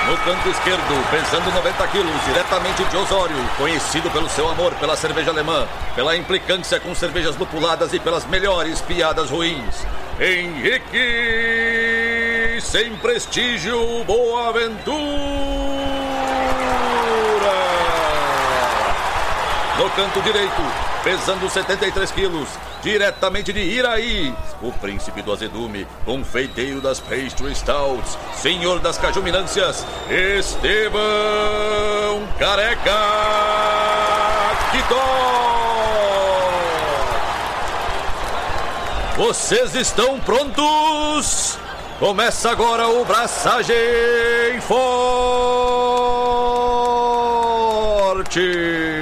No canto esquerdo, pesando 90 quilos, diretamente de Osório, conhecido pelo seu amor pela cerveja alemã, pela implicância com cervejas lupuladas e pelas melhores piadas ruins. Henrique, sem prestígio, Boaventura. No canto direito, pesando 73 quilos, diretamente de Iraí, o príncipe do azedume, confeiteiro das pastry stouts, senhor das cajuminâncias, Estevão Careca Quitó. Vocês estão prontos? Começa agora o Braçagem Forte.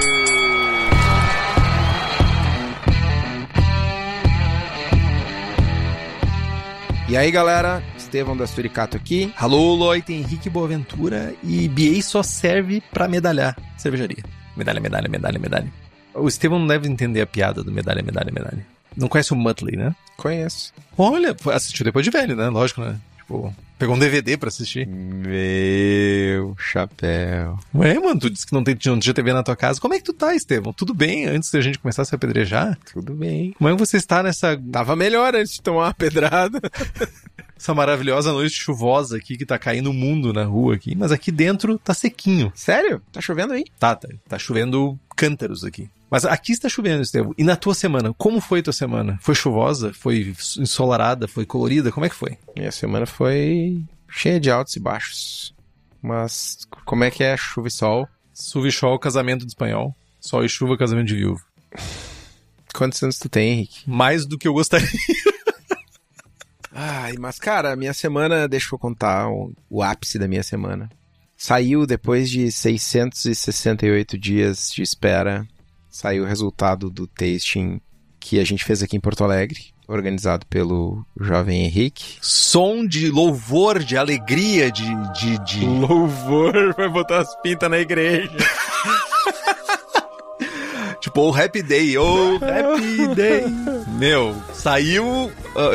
E aí, galera, Estevão da Suricato aqui. Alô, Loite, Henrique Boaventura. E BA só serve pra medalhar cervejaria. Medalha. O Estevão não deve entender a piada do medalha. Não conhece o Muttley, né? Conheço. Olha, assistiu depois de velho, né? Lógico, né? Tipo, pegou um DVD pra assistir. Meu chapéu. Ué, mano, tu disse que não tinha TV na tua casa. Como é que tu tá, Estevão? Tudo bem antes da gente começar a se apedrejar? Tudo bem. Como é que você está nessa... Tava melhor antes de tomar uma pedrada. Essa maravilhosa noite chuvosa aqui que tá caindo o mundo na rua aqui. Mas aqui dentro tá sequinho. Sério? Tá chovendo aí? Tá chovendo cântaros aqui. Mas aqui está chovendo, Estevão. E na tua semana, como foi tua semana? Foi chuvosa? Foi ensolarada? Foi colorida? Como é que foi? Minha semana foi cheia de altos e baixos. Mas como é que é chuva e sol? Chuva e sol, casamento de espanhol. Sol e chuva, casamento de viúva. Quantos anos tu tem, Henrique? Mais do que eu gostaria. Ai, mas cara, minha semana, deixa eu contar o ápice da minha semana. Saiu depois de 668 dias de espera. Saiu o resultado do tasting que a gente fez aqui em Porto Alegre, organizado pelo jovem Henrique. Som de louvor, de alegria, de... Louvor, vai botar as pintas na igreja. Tipo, oh, Happy Day, oh, Happy Day. Meu, saiu...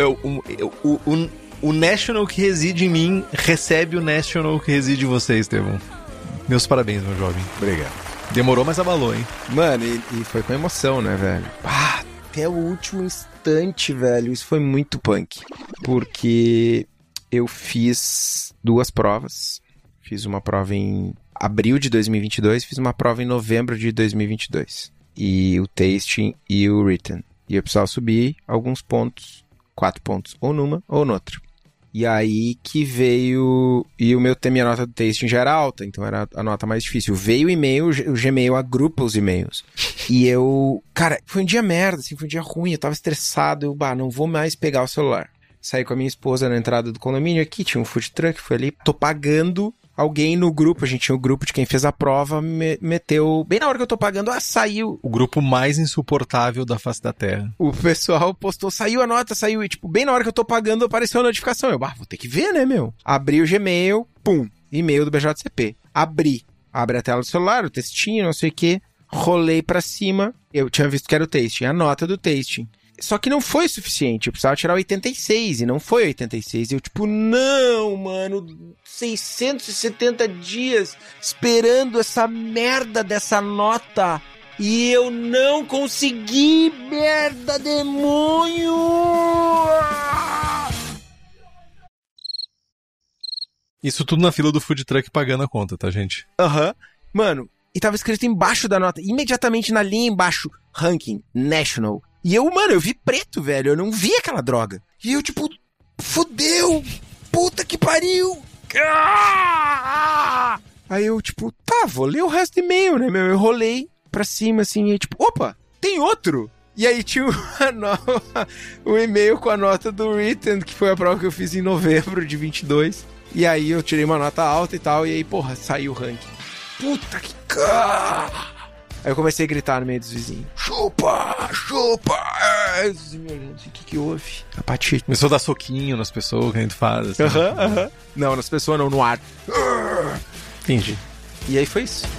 O National que reside em mim recebe o National que reside em você, Estevão. Meus parabéns, meu jovem. Obrigado. Demorou, mas abalou, hein? Mano, e foi com emoção, né, velho? Até o último instante, velho. Isso foi muito punk. Porque eu fiz 2 provas. Fiz uma prova em abril de 2022, fiz uma prova em novembro de 2022. E o tasting e o written. E eu precisava subir alguns pontos, 4 pontos, ou numa ou noutra. E aí que veio... E minha nota do tasting já era alta, então era a nota mais difícil. Veio o e-mail, o Gmail agrupa os e-mails. E eu... Cara, foi um dia merda, assim, foi um dia ruim, eu tava estressado, eu, não vou mais pegar o celular. Saí com a minha esposa na entrada do condomínio aqui, tinha um food truck, foi ali, tô pagando... Alguém no grupo, a gente tinha o grupo de quem fez a prova, meteu... Bem na hora que eu tô pagando, saiu. O grupo mais insuportável da face da Terra. O pessoal postou, saiu a nota, saiu. E tipo, bem na hora que eu tô pagando, apareceu a notificação. Eu, vou ter que ver, né, meu? Abri o Gmail, pum, e-mail do BJCP. Abre a tela do celular, o textinho, não sei o quê. Rolei pra cima. Eu tinha visto que era o tasting, a nota do tasting. Só que não foi suficiente, eu precisava tirar 86 e não foi 86. E eu tipo, não, mano, 670 dias esperando essa merda dessa nota e eu não consegui, merda, demônio! Isso tudo na fila do food truck pagando a conta, tá, gente? Aham. Mano, e tava escrito embaixo da nota, imediatamente na linha embaixo, ranking, national. E eu, mano, eu vi preto, velho. Eu não vi aquela droga. E eu, tipo, fudeu! Puta que pariu! Aí eu, tipo, tá, vou ler o resto do e-mail, né, meu? Eu rolei pra cima, assim, e tipo, opa, tem outro! E aí tinha o e-mail com a nota do written, que foi a prova que eu fiz em novembro de 22. E aí eu tirei uma nota alta e tal, e aí, porra, saiu o ranking. Puta que... Aí eu comecei a gritar no meio dos vizinhos. Chupa! Chupa! Os vizinhos olhando assim, o que houve? Apatite. Começou a dar soquinho nas pessoas que a gente faz. Assim. Aham. Não, nas pessoas não, no ar. Entendi. E aí foi isso.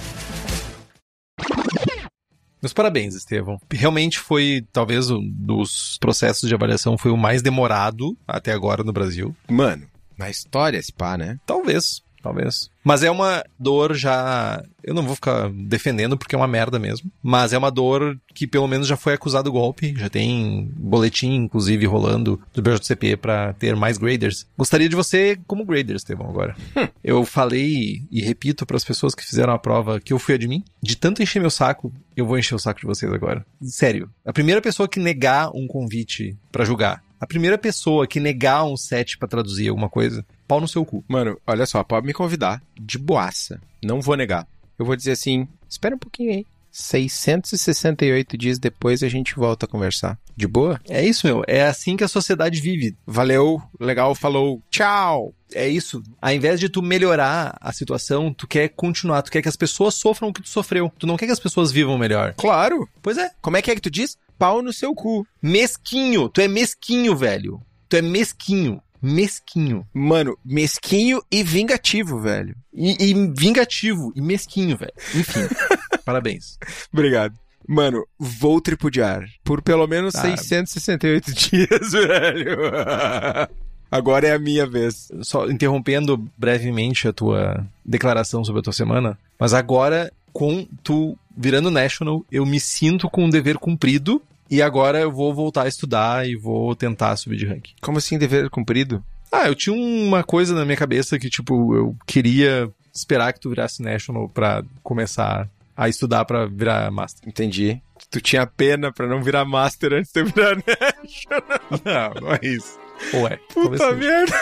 Meus parabéns, Estevão. Realmente foi, talvez, um dos processos de avaliação foi o mais demorado até agora no Brasil. Mano, na história, esse pá, né? Talvez. talvez. Mas é uma dor já... Eu não vou ficar defendendo porque é uma merda mesmo. Mas é uma dor que pelo menos já foi acusado golpe. Já tem boletim, inclusive, rolando do BJCP pra ter mais graders. Gostaria de você como grader, Estevão, agora. Eu falei e repito pras pessoas que fizeram a prova que eu fui admin. De tanto encher meu saco, eu vou encher o saco de vocês agora. Sério. A primeira pessoa que negar um convite pra julgar, a primeira pessoa que negar um set pra traduzir alguma coisa, pau no seu cu. Mano, olha só, pode me convidar de boaça. Não vou negar. Eu vou dizer assim, espera um pouquinho aí. 668 dias depois a gente volta a conversar. De boa? É isso, meu. É assim que a sociedade vive. Valeu, legal, falou, tchau! É isso. Ao invés de tu melhorar a situação, tu quer continuar. Tu quer que as pessoas sofram o que tu sofreu. Tu não quer que as pessoas vivam melhor. Claro! Pois é. Como é que tu diz? Pau no seu cu. Mesquinho. Tu é mesquinho, velho. Tu é mesquinho. Mesquinho. Mano, mesquinho e vingativo, velho. E vingativo. E mesquinho, velho. Enfim. Parabéns. Obrigado. Mano, vou tripudiar por pelo menos 668 dias, velho. Agora é a minha vez. Só interrompendo brevemente a tua declaração sobre a tua semana, mas agora, com tu virando National, eu me sinto com um dever cumprido e agora eu vou voltar a estudar e vou tentar subir de ranking. Como assim dever cumprido? Eu tinha uma coisa na minha cabeça que, tipo, eu queria esperar que tu virasse National pra começar a estudar pra virar Master. Entendi. Tu tinha pena pra não virar Master antes de eu virar National. Não é isso. Ué. Puta merda.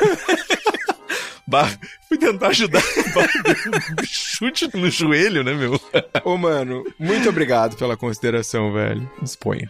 Fui tentar ajudar. Chute no joelho, né, meu? Ô, mano, muito obrigado pela consideração, velho. Disponha.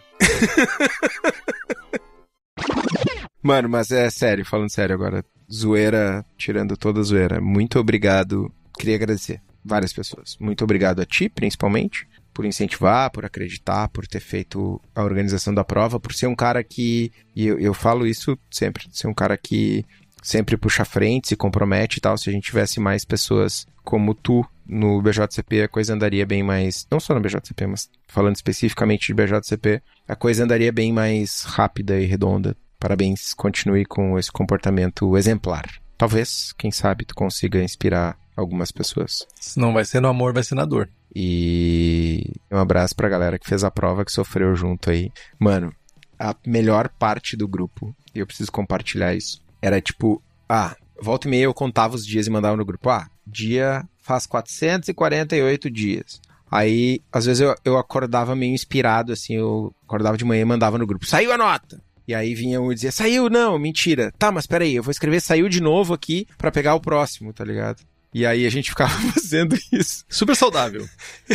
Mano, mas é sério, falando sério agora. Zoeira, tirando toda a zoeira. Muito obrigado. Queria agradecer várias pessoas. Muito obrigado a ti, principalmente, por incentivar, por acreditar, por ter feito a organização da prova, por ser um cara que, e eu falo isso sempre, ser um cara que sempre puxa frente, se compromete e tal. Se a gente tivesse mais pessoas como tu no BJCP, a coisa andaria bem mais, não só no BJCP, mas falando especificamente de BJCP, a coisa andaria bem mais rápida e redonda. Parabéns, continue com esse comportamento exemplar. Talvez, quem sabe, tu consiga inspirar algumas pessoas. Se não vai ser no amor, vai ser na dor. E um abraço pra galera que fez a prova, que sofreu junto aí. Mano, a melhor parte do grupo, e eu preciso compartilhar isso, era tipo, volta e meia eu contava os dias e mandava no grupo, dia faz 448 dias. Aí, às vezes eu acordava meio inspirado, assim, eu acordava de manhã e mandava no grupo, saiu a nota! E aí vinha um e dizia, saiu, não, mentira. Tá, mas peraí, eu vou escrever saiu de novo aqui pra pegar o próximo, tá ligado? E aí a gente ficava fazendo isso. Super saudável.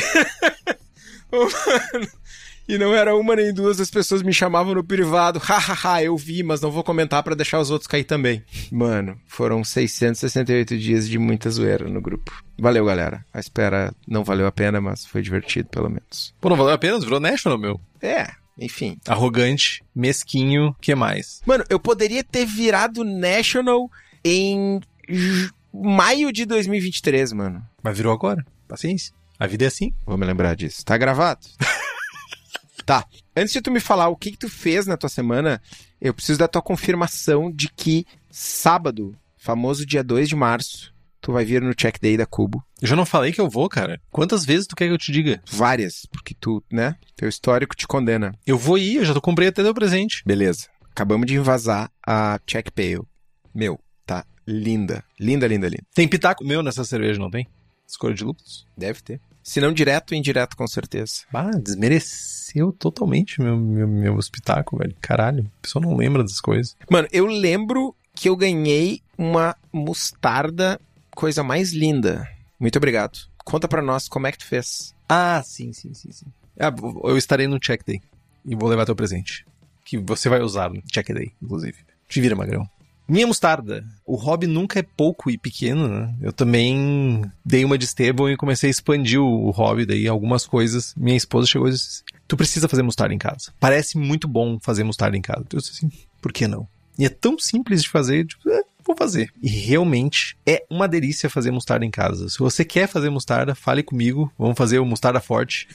Mano, e não era uma nem duas, as pessoas me chamavam no privado, hahaha, eu vi, mas não vou comentar pra deixar os outros cair também. Mano, foram 668 dias de muita zoeira no grupo. Valeu, galera. A espera não valeu a pena, mas foi divertido, pelo menos. Pô, não valeu a pena? Virou National, meu. Enfim. Arrogante, mesquinho, que mais? Mano, eu poderia ter virado National em maio de 2023, mano. Mas virou agora. Paciência. A vida é assim. Vou me lembrar disso. Tá gravado? Tá. Antes de tu me falar o que tu fez na tua semana, eu preciso da tua confirmação de que sábado, famoso dia 2 de março, tu vai vir no Check Day da Cubo. Eu já não falei que eu vou, cara. Quantas vezes tu quer que eu te diga? Várias, porque tu, né, teu histórico te condena. Eu vou ir, eu já comprei até teu presente. Beleza. Acabamos de invasar a Check Pale. Meu, tá linda. Linda, linda, linda. Tem pitaco meu nessa cerveja, não tem? Escolha de lúpulos? Deve ter. Se não direto, indireto, com certeza. Desmereceu totalmente meu pitaco, velho. Caralho, a pessoa não lembra das coisas. Mano, eu lembro que eu ganhei uma mostarda, coisa mais linda. Muito obrigado. Conta pra nós como é que tu fez. Sim. Eu estarei no Check Day e vou levar teu presente. Que você vai usar no Check Day, inclusive. Te vira, magrão. Minha mostarda. O hobby nunca é pouco e pequeno, né? Eu também dei uma de Estevão e comecei a expandir o hobby, daí algumas coisas. Minha esposa chegou e disse, tu precisa fazer mostarda em casa. Parece muito bom fazer mostarda em casa. Eu disse assim, por que não? E é tão simples de fazer, tipo, vou fazer. E realmente é uma delícia fazer mostarda em casa. Se você quer fazer mostarda, fale comigo. Vamos fazer o mostarda forte.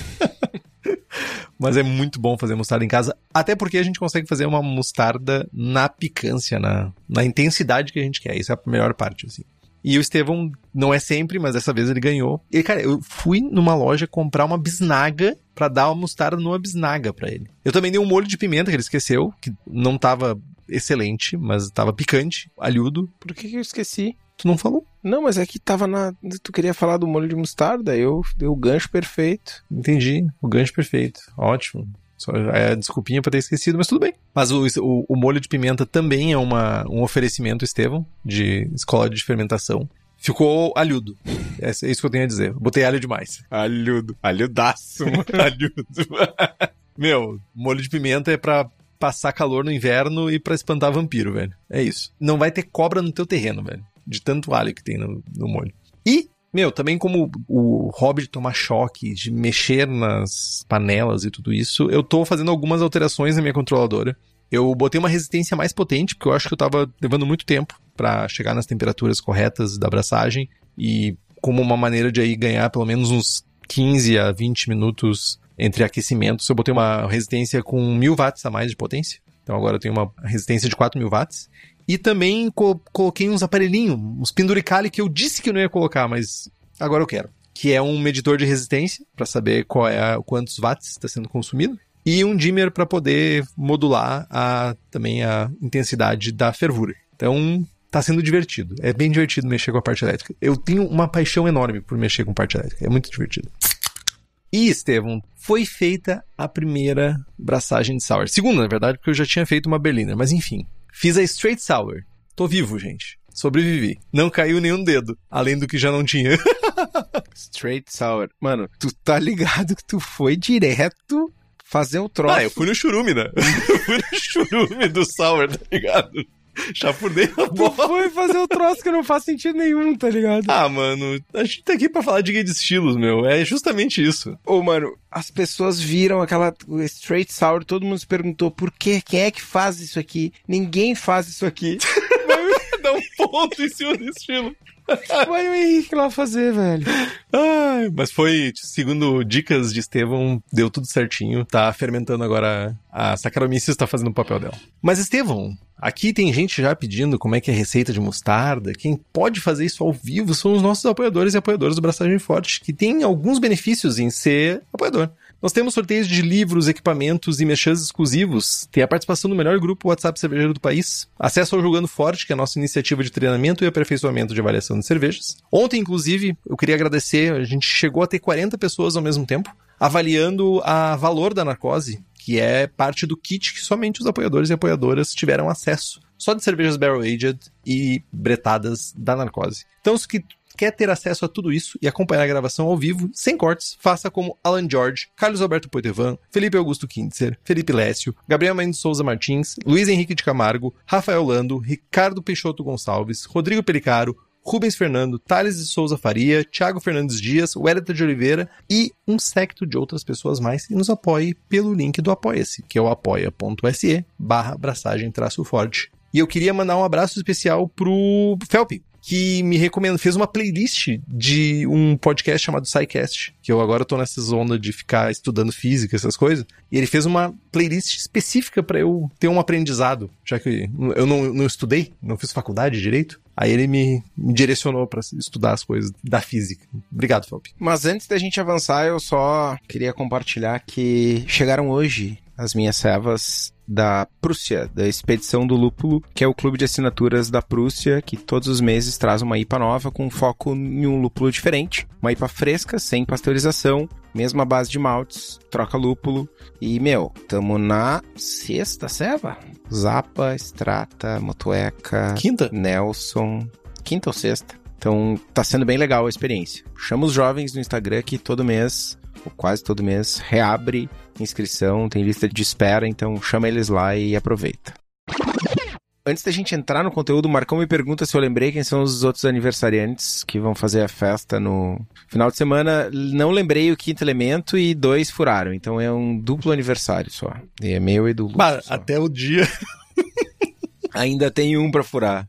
Mas é muito bom fazer mostarda em casa, até porque a gente consegue fazer uma mostarda na picância, na intensidade que a gente quer. Isso é a melhor parte, assim. E o Estevão não é sempre, mas dessa vez ele ganhou. E, cara, eu fui numa loja comprar uma bisnaga pra dar uma mostarda numa bisnaga pra ele. Eu também dei um molho de pimenta que ele esqueceu, que não tava excelente, mas tava picante, alhudo. Por que eu esqueci? Tu não falou? Não, mas é que tava na... Tu queria falar do molho de mostarda, eu dei o gancho perfeito. Entendi, o gancho perfeito. Ótimo. Só é desculpinha pra ter esquecido, mas tudo bem. Mas o molho de pimenta também é um oferecimento, Estevão, de escola de fermentação. Ficou alhudo. É isso que eu tenho a dizer. Botei alho demais. Alhudo. Alhudaço, mano. Alhudo. Meu, molho de pimenta é pra passar calor no inverno e pra espantar vampiro, velho. É isso. Não vai ter cobra no teu terreno, velho. De tanto alho que tem no molho. E... Meu, também como o hobby de tomar choque, de mexer nas panelas e tudo isso, eu tô fazendo algumas alterações na minha controladora. Eu botei uma resistência mais potente, porque eu acho que eu tava levando muito tempo pra chegar nas temperaturas corretas da abraçagem. E como uma maneira de aí ganhar pelo menos uns 15 a 20 minutos entre aquecimentos, eu botei uma resistência com 1000 watts a mais de potência. Então agora eu tenho uma resistência de 4000 watts. E também coloquei uns aparelhinhos, uns penduricalhos que eu disse que eu não ia colocar, mas agora eu quero. Que é um medidor de resistência, para saber quantos watts está sendo consumido. E um dimmer para poder modular também a intensidade da fervura. Então, tá sendo divertido. É bem divertido mexer com a parte elétrica. Eu tenho uma paixão enorme por mexer com parte elétrica. É muito divertido. E, Estevão, foi feita a primeira braçagem de sour. Segunda, na verdade, porque eu já tinha feito uma Berliner, mas enfim. Fiz a Straight Sour. Tô vivo, gente. Sobrevivi. Não caiu nenhum dedo, além do que já não tinha. Straight Sour. Mano, tu tá ligado que tu foi direto fazer o troço. Eu fui no churume, né? Eu fui no churume do Sour, tá ligado? Chafurdei a bola. Tu foi fazer o troço que não faz sentido nenhum, tá ligado? Mano, a gente tá aqui pra falar de guia de estilos, meu. É justamente isso. Mano, as pessoas viram o Straight Sour, todo mundo se perguntou por quê? Quem é que faz isso aqui? Ninguém faz isso aqui. Dá um ponto em cima do estilo. Vai o Henrique lá fazer, velho. Mas foi, segundo dicas de Estevão, deu tudo certinho. Tá fermentando agora. A Saccharomyces tá fazendo o papel dela. Mas, Estevão, aqui tem gente já pedindo como é que é a receita de mostarda. Quem pode fazer isso ao vivo são os nossos apoiadores e apoiadoras do Braçagem Forte, que tem alguns benefícios em ser apoiador. Nós temos sorteios de livros, equipamentos e merchans exclusivos. Tem a participação do melhor grupo WhatsApp cervejeiro do país. Acesso ao Jogando Forte, que é a nossa iniciativa de treinamento e aperfeiçoamento de avaliação de cervejas. Ontem, inclusive, eu queria agradecer, a gente chegou a ter 40 pessoas ao mesmo tempo, avaliando a valor da narcose, que é parte do kit que somente os apoiadores e apoiadoras tiveram acesso. Só de cervejas barrel-aged e bretadas da narcose. Então, se quer ter acesso a tudo isso e acompanhar a gravação ao vivo, sem cortes, faça como Alan George, Carlos Alberto Poitevin, Felipe Augusto Kintzer, Felipe Lécio, Gabriel Mendes Souza Martins, Luiz Henrique de Camargo, Rafael Lando, Ricardo Peixoto Gonçalves, Rodrigo Pelicaro, Rubens Fernando, Thales de Souza Faria, Thiago Fernandes Dias, Wellington de Oliveira e um séquito de outras pessoas mais, e nos apoie pelo link do Apoia-se, que é o apoia.se/braçagem-forte. E eu queria mandar um abraço especial pro Felpe, que me fez uma playlist de um podcast chamado SciCast, que eu agora tô nessa zona de ficar estudando física, essas coisas, e ele fez uma playlist específica pra eu ter um aprendizado, já que eu não estudei, não fiz faculdade de direito, aí ele me direcionou pra estudar as coisas da física. Obrigado, Felpe. Mas antes da gente avançar, eu só queria compartilhar que chegaram hoje as minhas servas da Prússia, da Expedição do Lúpulo, que é o clube de assinaturas da Prússia, que todos os meses traz uma IPA nova com foco em um lúpulo diferente. Uma IPA fresca, sem pasteurização, mesma base de maltes, troca lúpulo. E, tamo na sexta serva. Zapa, Strata, Motueka, Quinta? Nelson. Quinta ou sexta. Então, tá sendo bem legal a experiência. Chama os jovens no Instagram que todo mês, ou quase todo mês, reabre inscrição, tem lista de espera, então chama eles lá e aproveita. Antes da gente entrar no conteúdo, o Marcão me pergunta se eu lembrei quem são os outros aniversariantes que vão fazer a festa no final de semana. Não lembrei o quinto elemento e 2 furaram, então é um duplo aniversário só. E é meu e do Lúcio. Até o dia... Ainda tem um pra furar.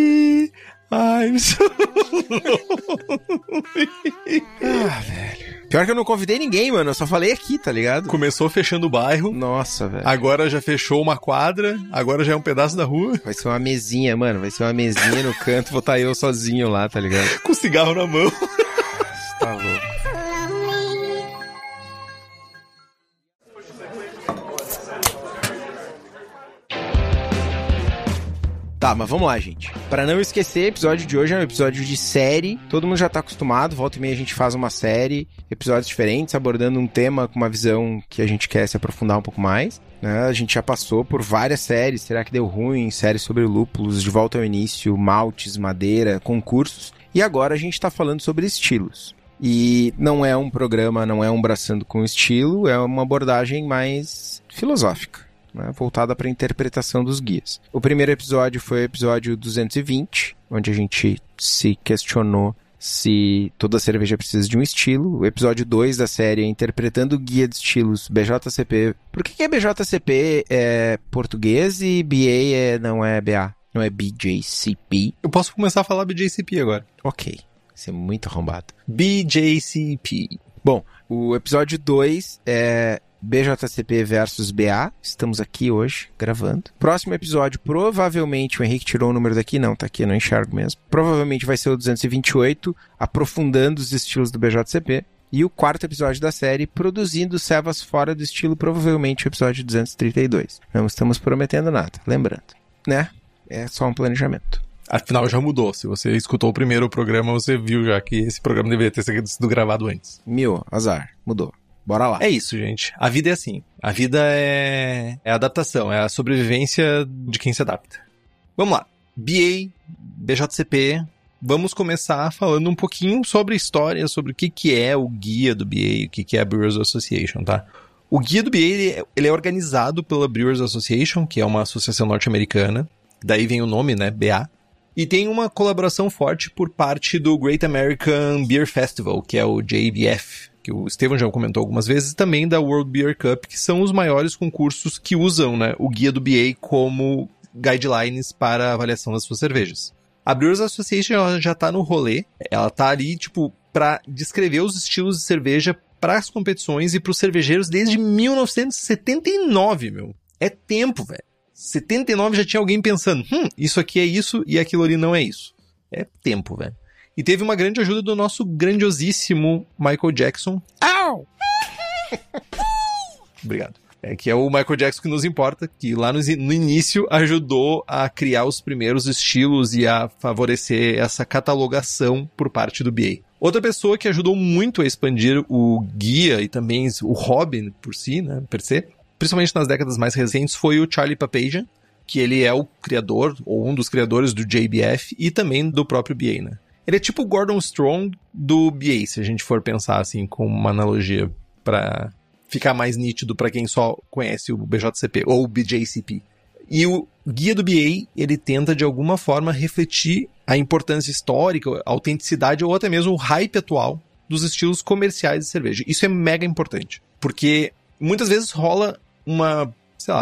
Lonely, I'm so lonely. Velho. Pior que eu não convidei ninguém, mano. Eu só falei aqui, tá ligado? Começou fechando o bairro. Nossa, velho. Agora já fechou uma quadra. Agora já é um pedaço da rua. Vai ser uma mesinha, mano. Vai ser uma mesinha no canto. Vou estar eu sozinho lá, tá ligado? Com cigarro na mão. Você tá louco. Tá, mas vamos lá, gente. Pra não esquecer, o episódio de hoje é um episódio de série. Todo mundo já tá acostumado. Volta e meia a gente faz uma série, episódios diferentes, abordando um tema com uma visão que a gente quer se aprofundar um pouco mais. Né? A gente já passou por várias séries. Será que deu ruim? Séries sobre lúpulos, De Volta ao Início, maltes, madeira, concursos. E agora a gente tá falando sobre estilos. E não é um programa, não é um braçando com estilo, é uma abordagem mais filosófica. Né, voltada para a interpretação dos guias. O primeiro episódio foi o episódio 220, onde a gente se questionou se toda cerveja precisa de um estilo. O episódio 2 da série é Interpretando o Guia de Estilos BJCP. Por que é BJCP é português e BA não é BA? Não é BJCP? Eu posso começar a falar BJCP agora. Ok, isso é muito arrombado. BJCP. Bom, o episódio 2 é BJCP versus BA. Estamos aqui hoje, gravando. Próximo episódio, provavelmente, o Henrique tirou o número daqui, não, tá aqui, eu não enxergo mesmo. Provavelmente vai ser o 228, aprofundando os estilos do BJCP. E o quarto episódio da série, produzindo cevas fora do estilo, provavelmente o episódio 232. Não estamos prometendo nada, lembrando, né? É só um planejamento. Afinal, já mudou. Se você escutou o primeiro programa, você viu já que esse programa deveria ter sido gravado antes. Azar, mudou. Bora lá. É isso, gente. A vida é assim. A vida é adaptação, é a sobrevivência de quem se adapta. Vamos lá. BA, BJCP. Vamos começar falando um pouquinho sobre a história, sobre o que é o guia do BA, o que é a Brewers Association, tá? O guia do BA, ele é organizado pela Brewers Association, que é uma associação norte-americana. Daí vem o nome, né? BA. E tem uma colaboração forte por parte do Great American Beer Festival, que é o JBF, que o Estevão já comentou algumas vezes, também da World Beer Cup, que são os maiores concursos que usam, né, o guia do BA como guidelines para a avaliação das suas cervejas. A Brewers Association ela já tá no rolê, ela tá ali, tipo, para descrever os estilos de cerveja para as competições e para os cervejeiros desde 1979, meu. É tempo, velho. 79 já tinha alguém pensando, isso aqui é isso e aquilo ali não é isso. É tempo, velho. E teve uma grande ajuda do nosso grandiosíssimo Michael Jackson. Au! Obrigado. Que é o Michael Jackson que nos importa, que lá no início ajudou a criar os primeiros estilos e a favorecer essa catalogação por parte do BA. Outra pessoa que ajudou muito a expandir o guia e também o hobby por si, né, per se, principalmente nas décadas mais recentes, foi o Charlie Papazian, que ele é o criador, ou um dos criadores do JBF e também do próprio BA, né? Ele é tipo o Gordon Strong do BA, se a gente for pensar assim, com uma analogia para ficar mais nítido para quem só conhece o BJCP ou o BJCP. E o guia do BA, ele tenta de alguma forma refletir a importância histórica, a autenticidade ou até mesmo o hype atual dos estilos comerciais de cerveja. Isso é mega importante, porque muitas vezes rola uma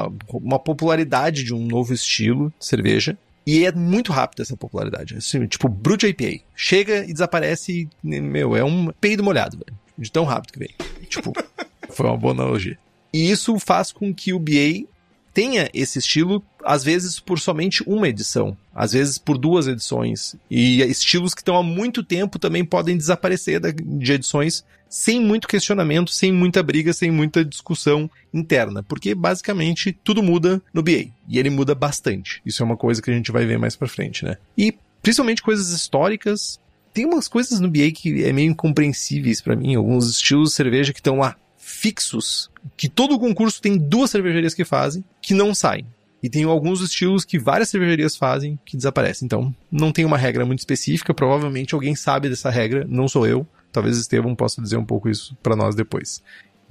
popularidade de um novo estilo de cerveja. E é muito rápido essa popularidade. Assim, tipo, Brut IPA. Chega e desaparece e, é um peido molhado, velho. De tão rápido que vem. Tipo, foi uma boa analogia. E isso faz com que o BA tenha esse estilo, às vezes por somente uma edição. Às vezes por 2 edições. E estilos que estão há muito tempo também podem desaparecer de edições sem muito questionamento, sem muita briga, sem muita discussão interna. Porque, basicamente, tudo muda no BA. E ele muda bastante. Isso é uma coisa que a gente vai ver mais pra frente, né? E, principalmente, coisas históricas. Tem umas coisas no BA que é meio incompreensíveis pra mim. Alguns estilos de cerveja que estão lá fixos. Que todo concurso tem 2 cervejarias que fazem, que não saem. E tem alguns estilos que várias cervejarias fazem, que desaparecem. Então, não tem uma regra muito específica. Provavelmente alguém sabe dessa regra, não sou eu. Talvez o Estevão possa dizer um pouco isso pra nós depois.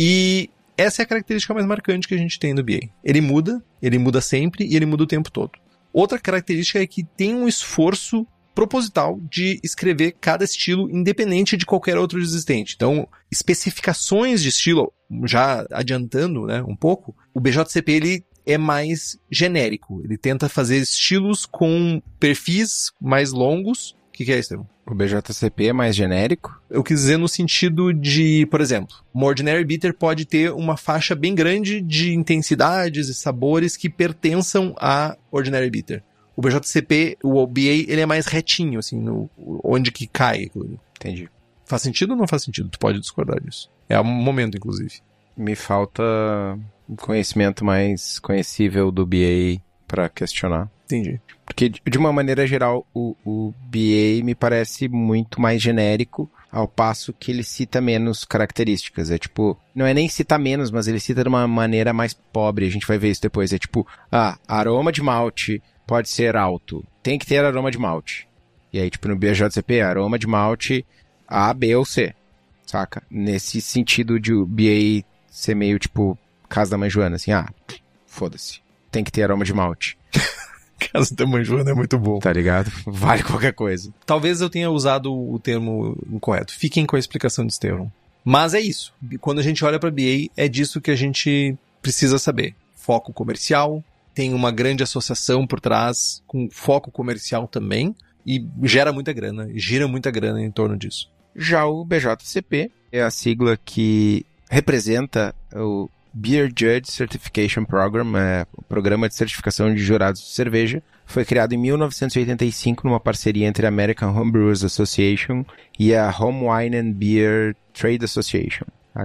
E essa é a característica mais marcante que a gente tem no BA. Ele muda sempre e ele muda o tempo todo. Outra característica é que tem um esforço proposital de escrever cada estilo independente de qualquer outro existente. Então, especificações de estilo, já adiantando, né, um pouco, o BJCP ele é mais genérico. Ele tenta fazer estilos com perfis mais longos, que é, Estevam? O BJCP é mais genérico? Eu quis dizer no sentido de, por exemplo, uma Ordinary Bitter pode ter uma faixa bem grande de intensidades e sabores que pertençam à Ordinary Bitter. O BJCP, o BA, ele é mais retinho, assim, onde que cai aquilo. Entendi. Faz sentido ou não faz sentido? Tu pode discordar disso. É um momento, inclusive. Me falta um conhecimento mais conhecível do BA para questionar. Entendi. Porque, de uma maneira geral, o BA me parece muito mais genérico, ao passo que ele cita menos características. É tipo, não é nem citar menos, mas ele cita de uma maneira mais pobre. A gente vai ver isso depois. É tipo, aroma de malte pode ser alto. Tem que ter aroma de malte. E aí, tipo, no BJCP, aroma de malte A, B ou C. Saca? Nesse sentido de o BA ser meio, tipo, casa da mãe Joana, assim, foda-se. Tem que ter aroma de malte. Casa da mãe Joana é muito bom. Tá ligado? Vale qualquer coisa. Talvez eu tenha usado o termo incorreto. Fiquem com a explicação de Estevão. Mas é isso. Quando a gente olha pra BA, é disso que a gente precisa saber. Foco comercial, tem uma grande associação por trás, com foco comercial também, e gera muita grana, gira muita grana em torno disso. Já o BJCP é a sigla que representa o Beer Judge Certification Program, o programa de certificação de jurados de cerveja. Foi criado em 1985 numa parceria entre a American Homebrewers Association e a Home Wine and Beer Trade Association,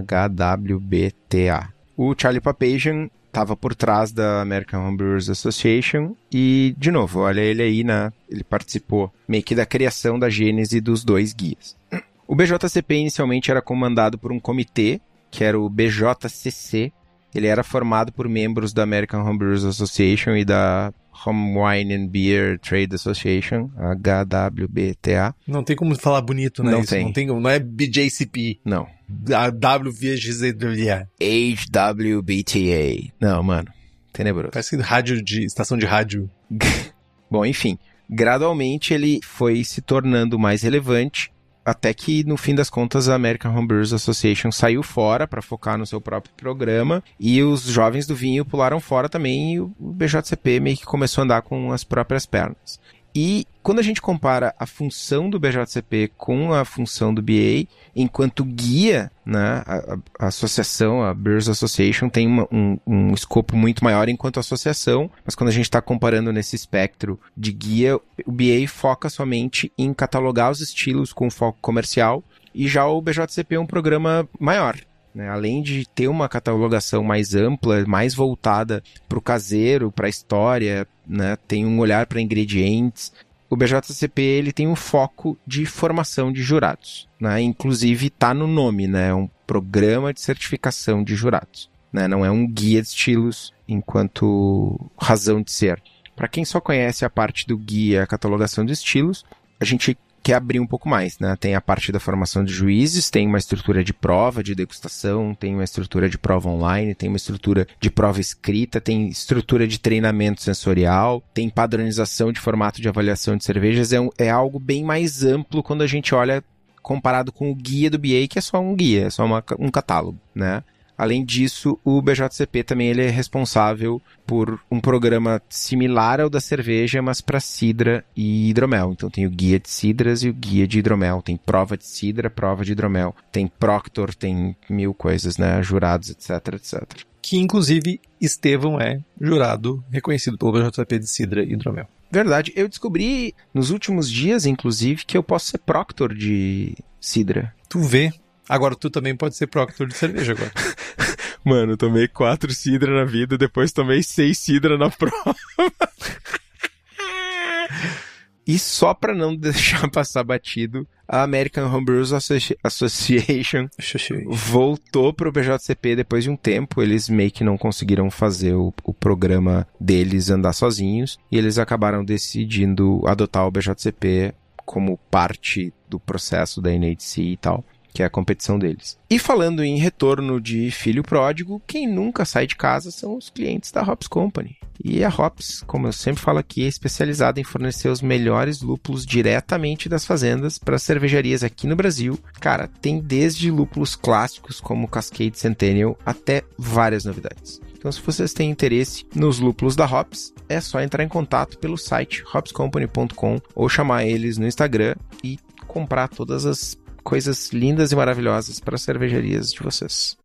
HWBTA. O Charlie Papazian estava por trás da American Homebrewers Association e, de novo, olha ele aí, ele participou meio que da criação da gênese dos dois guias. O BJCP inicialmente era comandado por um comitê, que era o BJCC. Ele era formado por membros da American Homebrewers Association e da Home Wine and Beer Trade Association, HWBTA. Não tem como falar bonito, né? Não isso? tem. Não é BJCP. Não. A WVGZWA. HWBTA. Não, mano. Tenebroso. Parece estação de rádio. Bom, enfim. Gradualmente ele foi se tornando mais relevante, até que, no fim das contas, a American Homebrewers Association saiu fora para focar no seu próprio programa e os jovens do vinho pularam fora também e o BJCP meio que começou a andar com as próprias pernas. E quando a gente compara a função do BJCP com a função do BA, enquanto guia, né, a associação, a Brewers Association, tem um escopo muito maior enquanto associação, mas quando a gente está comparando nesse espectro de guia, o BA foca somente em catalogar os estilos com foco comercial, e já o BJCP é um programa maior. Né? Além de ter uma catalogação mais ampla, mais voltada para o caseiro, para a história, né? Tem um olhar para ingredientes. O BJCP ele tem um foco de formação de jurados. Né? Inclusive está no nome, né? É um programa de certificação de jurados. Né? Não é um guia de estilos enquanto razão de ser. Para quem só conhece a parte do guia, a catalogação de estilos, a gente quer abrir um pouco mais, né? Tem a parte da formação de juízes, tem uma estrutura de prova, de degustação, tem uma estrutura de prova online, tem uma estrutura de prova escrita, tem estrutura de treinamento sensorial, tem padronização de formato de avaliação de cervejas, é algo bem mais amplo quando a gente olha comparado com o guia do BA, que é só um guia, é só um catálogo, né? Além disso, o BJCP também ele é responsável por um programa similar ao da cerveja, mas para cidra e hidromel. Então tem o guia de cidras e o guia de hidromel. Tem prova de cidra, prova de hidromel. Tem proctor, tem 1000 coisas, né? Jurados, etc, etc. Que, inclusive, Estevão é jurado reconhecido pelo BJCP de cidra e hidromel. Verdade. Eu descobri nos últimos dias, inclusive, que eu posso ser proctor de cidra. Tu vê. Agora tu também pode ser proctor de cerveja agora. Mano, eu tomei 4 cidra na vida, depois tomei 6 cidra na prova. E só pra não deixar passar batido, a American Homebrewers Association voltou pro BJCP depois de um tempo. Eles meio que não conseguiram fazer o programa deles andar sozinhos, e eles acabaram decidindo adotar o BJCP como parte do processo da NHC e tal. que é a competição deles. E falando em retorno de filho pródigo, quem nunca sai de casa são os clientes da Hops Company. E a Hops, como eu sempre falo aqui, é especializada em fornecer os melhores lúpulos diretamente das fazendas para cervejarias aqui no Brasil. Cara, tem desde lúpulos clássicos como Cascade Centennial até várias novidades. Então, se vocês têm interesse nos lúpulos da Hops, é só entrar em contato pelo site hopscompany.com ou chamar eles no Instagram e comprar todas as coisas lindas e maravilhosas para as cervejarias de vocês.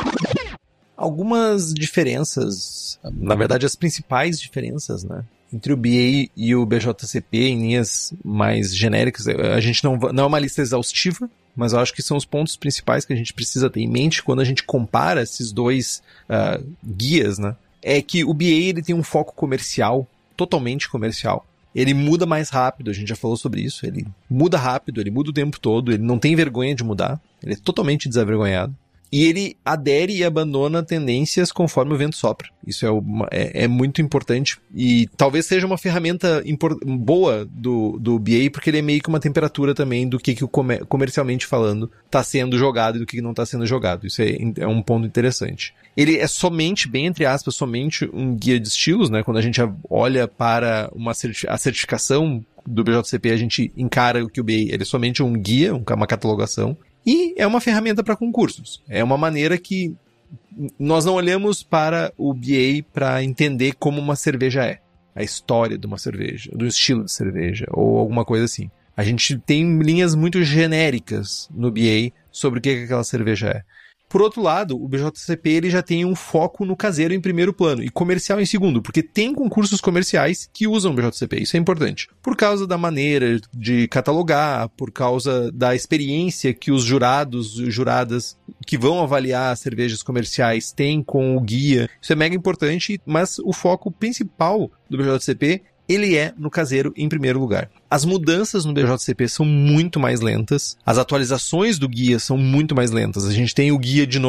Algumas diferenças, na verdade as principais diferenças, né, entre o BA e o BJCP em linhas mais genéricas. A gente não é uma lista exaustiva, mas eu acho que são os pontos principais que a gente precisa ter em mente quando a gente compara esses dois guias, né? É que o BA ele tem um foco comercial, totalmente comercial. Ele muda mais rápido, a gente já falou sobre isso. Ele muda rápido, ele muda o tempo todo, ele não tem vergonha de mudar, ele é totalmente desavergonhado. E ele adere e abandona tendências conforme o vento sopra. Isso é muito importante e talvez seja uma ferramenta boa do BA, porque ele é meio que uma temperatura também do que comercialmente falando está sendo jogado e do que não está sendo jogado. Isso é um ponto interessante. Ele é somente, bem entre aspas, somente um guia de estilos, né? Quando a gente olha para a certificação do BJCP, a gente encara que o BA ele é somente um guia, uma catalogação. E é uma ferramenta para concursos. É uma maneira que nós não olhamos para o BA para entender como uma cerveja é. A história de uma cerveja, do estilo de cerveja, ou alguma coisa assim. A gente tem linhas muito genéricas no BA sobre o que aquela cerveja é. Por outro lado, o BJCP ele já tem um foco no caseiro em primeiro plano e comercial em segundo, porque tem concursos comerciais que usam o BJCP, isso é importante. Por causa da maneira de catalogar, por causa da experiência que os jurados e juradas que vão avaliar as cervejas comerciais têm com o guia, isso é mega importante, mas o foco principal do BJCP ele é no caseiro em primeiro lugar. As mudanças no BJCP são muito mais lentas, as atualizações do guia são muito mais lentas. A gente tem o guia de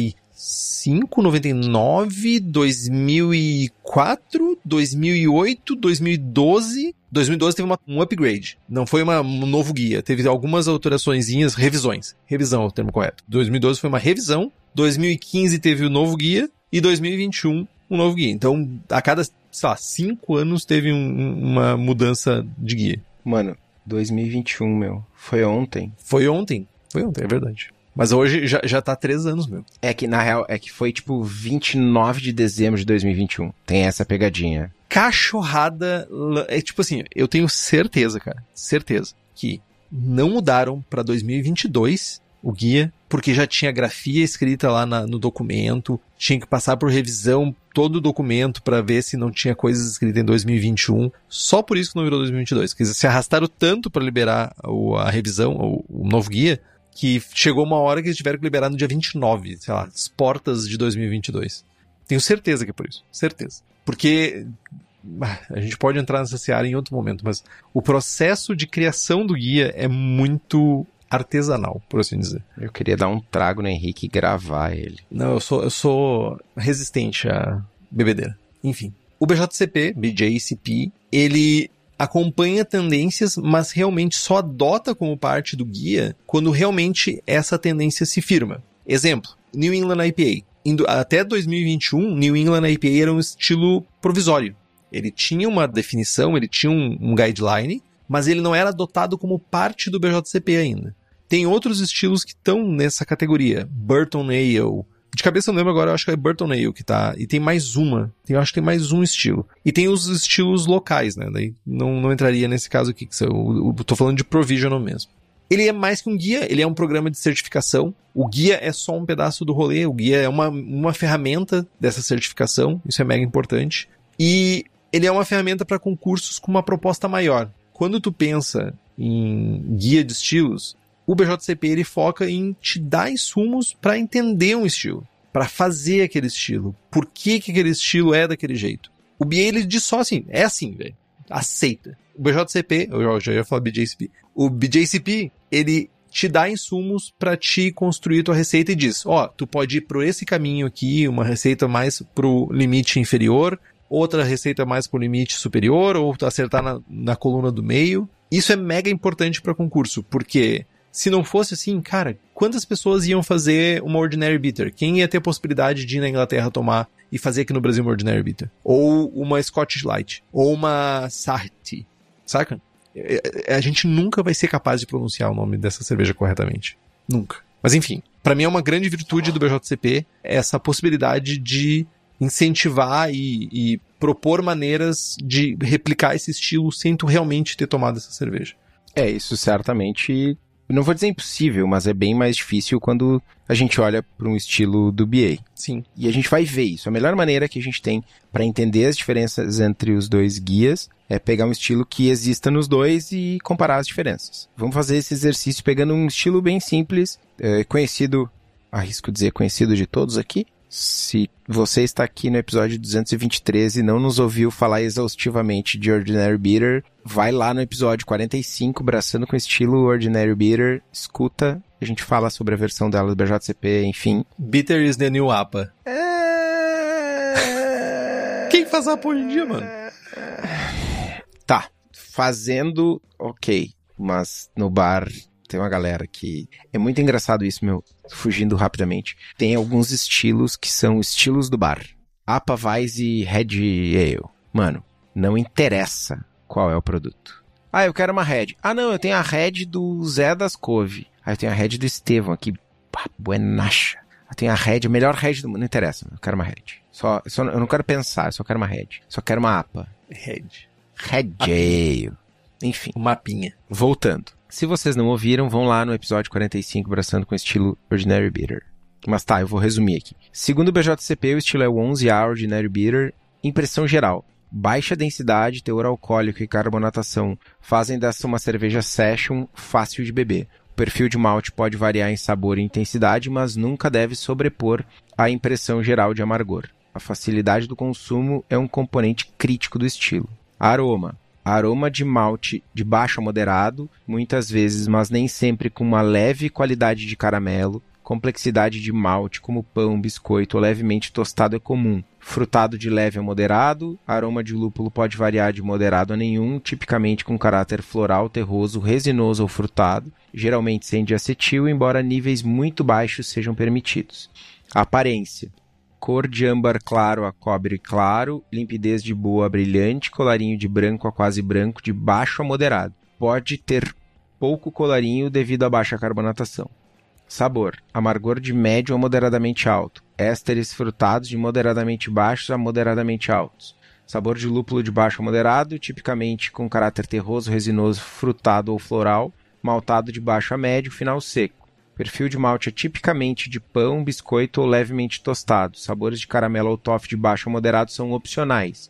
95, 99, 2004, 2008, 2012... 2012 teve um upgrade, não foi um novo guia, teve algumas alteraçõezinhas, revisões. Revisão é o termo correto. 2012 foi uma revisão, 2015 teve o novo guia e 2021 um novo guia. Então, a cada, 5 anos teve uma mudança de guia. Mano, 2021, foi ontem. Foi ontem, é verdade. Mas hoje já tá 3 anos, meu. É que, na real, foi tipo 29 de dezembro de 2021. Tem essa pegadinha. Cachorrada, é tipo assim, eu tenho certeza, cara, certeza, que não mudaram pra 2022 o guia, porque já tinha grafia escrita lá no documento, tinha que passar por revisão todo o documento pra ver se não tinha coisas escritas em 2021, só por isso que não virou 2022, quer dizer, se arrastaram tanto pra liberar a revisão, o novo guia, que chegou uma hora que eles tiveram que liberar no dia 29, sei lá, as portas de 2022. Tenho certeza que é por isso, certeza. Porque a gente pode entrar nessa seara em outro momento, mas o processo de criação do guia é muito artesanal, por assim dizer. Eu queria dar um trago no Henrique e gravar ele. Não, eu sou resistente à bebedeira. Enfim, o BJCP, ele acompanha tendências, mas realmente só adota como parte do guia quando realmente essa tendência se firma. Exemplo, New England IPA. Até 2021, New England IPA era um estilo provisório. Ele tinha uma definição, ele tinha um guideline, mas ele não era adotado como parte do BJCP ainda. Tem outros estilos que estão nessa categoria. Burton Ale. De cabeça eu não lembro agora, eu acho que é Burton Ale que tá. E tem mais uma. Eu acho que tem mais um estilo. E tem os estilos locais, né? Daí não entraria nesse caso aqui. Eu tô falando de provisional mesmo. Ele é mais que um guia, ele é um programa de certificação. O guia é só um pedaço do rolê, o guia é uma ferramenta dessa certificação, isso é mega importante. E ele é uma ferramenta para concursos com uma proposta maior. Quando tu pensa em guia de estilos, o BJCP ele foca em te dar insumos para entender um estilo, para fazer aquele estilo. Por que aquele estilo é daquele jeito? O BA ele diz só assim, é assim, velho. Aceita. O BJCP, eu já ia falar BJCP. O BJCP, ele te dá insumos para te construir tua receita e diz, tu pode ir por esse caminho aqui, uma receita mais pro limite inferior, outra receita mais pro limite superior, ou acertar na coluna do meio. Isso é mega importante para concurso, porque Se não fosse assim, cara, quantas pessoas iam fazer uma Ordinary Bitter? Quem ia ter a possibilidade de ir na Inglaterra tomar e fazer aqui no Brasil uma Ordinary Bitter? Ou uma Scottish Light? Ou uma Sarti? Saca? A gente nunca vai ser capaz de pronunciar o nome dessa cerveja corretamente. Nunca. Mas enfim, pra mim é uma grande virtude do BJCP essa possibilidade de incentivar e propor maneiras de replicar esse estilo sem tu realmente ter tomado essa cerveja. Isso certamente, não vou dizer impossível, mas é bem mais difícil quando a gente olha para um estilo do BA. Sim. E a gente vai ver isso. A melhor maneira que a gente tem para entender as diferenças entre os dois guias é pegar um estilo que exista nos dois e comparar as diferenças. Vamos fazer esse exercício pegando um estilo bem simples, conhecido, arrisco dizer conhecido de todos aqui. Se você está aqui no episódio 223 e não nos ouviu falar exaustivamente de Ordinary Bitter, vai lá no episódio 45, Braçando com Estilo Ordinary Bitter, escuta, a gente fala sobre a versão dela do BJCP, enfim. Bitter is the new APA. Quem faz APA hoje em dia, mano? Tá, fazendo, ok, mas no bar tem uma galera que... É muito engraçado isso, fugindo rapidamente. Tem alguns estilos que são estilos do bar. APA, Weiss e Red Ale. Mano, não interessa qual é o produto. Ah, eu quero uma Red. Ah, não, eu tenho a Red do Zé das Couve. Ah, eu tenho a Red do Estevão aqui. Pá, buenacha. Eu tenho a Red, a melhor Red do mundo. Não interessa, eu quero uma Red. Eu não quero pensar, eu só quero uma Red. Só quero uma APA. Red Ale. Enfim. Um mapinha. Voltando. Se vocês não ouviram, vão lá no episódio 45, Braçando com Estilo Ordinary Bitter. Mas tá, eu vou resumir aqui. Segundo o BJCP, o estilo é o 11A Ordinary Bitter. Impressão geral. Baixa densidade, teor alcoólico e carbonatação fazem dessa uma cerveja session fácil de beber. O perfil de malte pode variar em sabor e intensidade, mas nunca deve sobrepor a impressão geral de amargor. A facilidade do consumo é um componente crítico do estilo. Aroma. Aroma de malte de baixo a moderado, muitas vezes, mas nem sempre, com uma leve qualidade de caramelo. Complexidade de malte, como pão, biscoito ou levemente tostado é comum. Frutado de leve a moderado. Aroma de lúpulo pode variar de moderado a nenhum, tipicamente com caráter floral, terroso, resinoso ou frutado, geralmente sem diacetil, embora níveis muito baixos sejam permitidos. Aparência. Cor de âmbar claro a cobre claro, limpidez de boa a brilhante, colarinho de branco a quase branco, de baixo a moderado. Pode ter pouco colarinho devido à baixa carbonatação. Sabor. Amargor de médio a moderadamente alto. Ésteres frutados de moderadamente baixos a moderadamente altos. Sabor de lúpulo de baixo a moderado, tipicamente com caráter terroso, resinoso, frutado ou floral. Maltado de baixo a médio, final seco. Perfil de malte é tipicamente de pão, biscoito ou levemente tostado. Sabores de caramelo ou toffee de baixo a moderado são opcionais.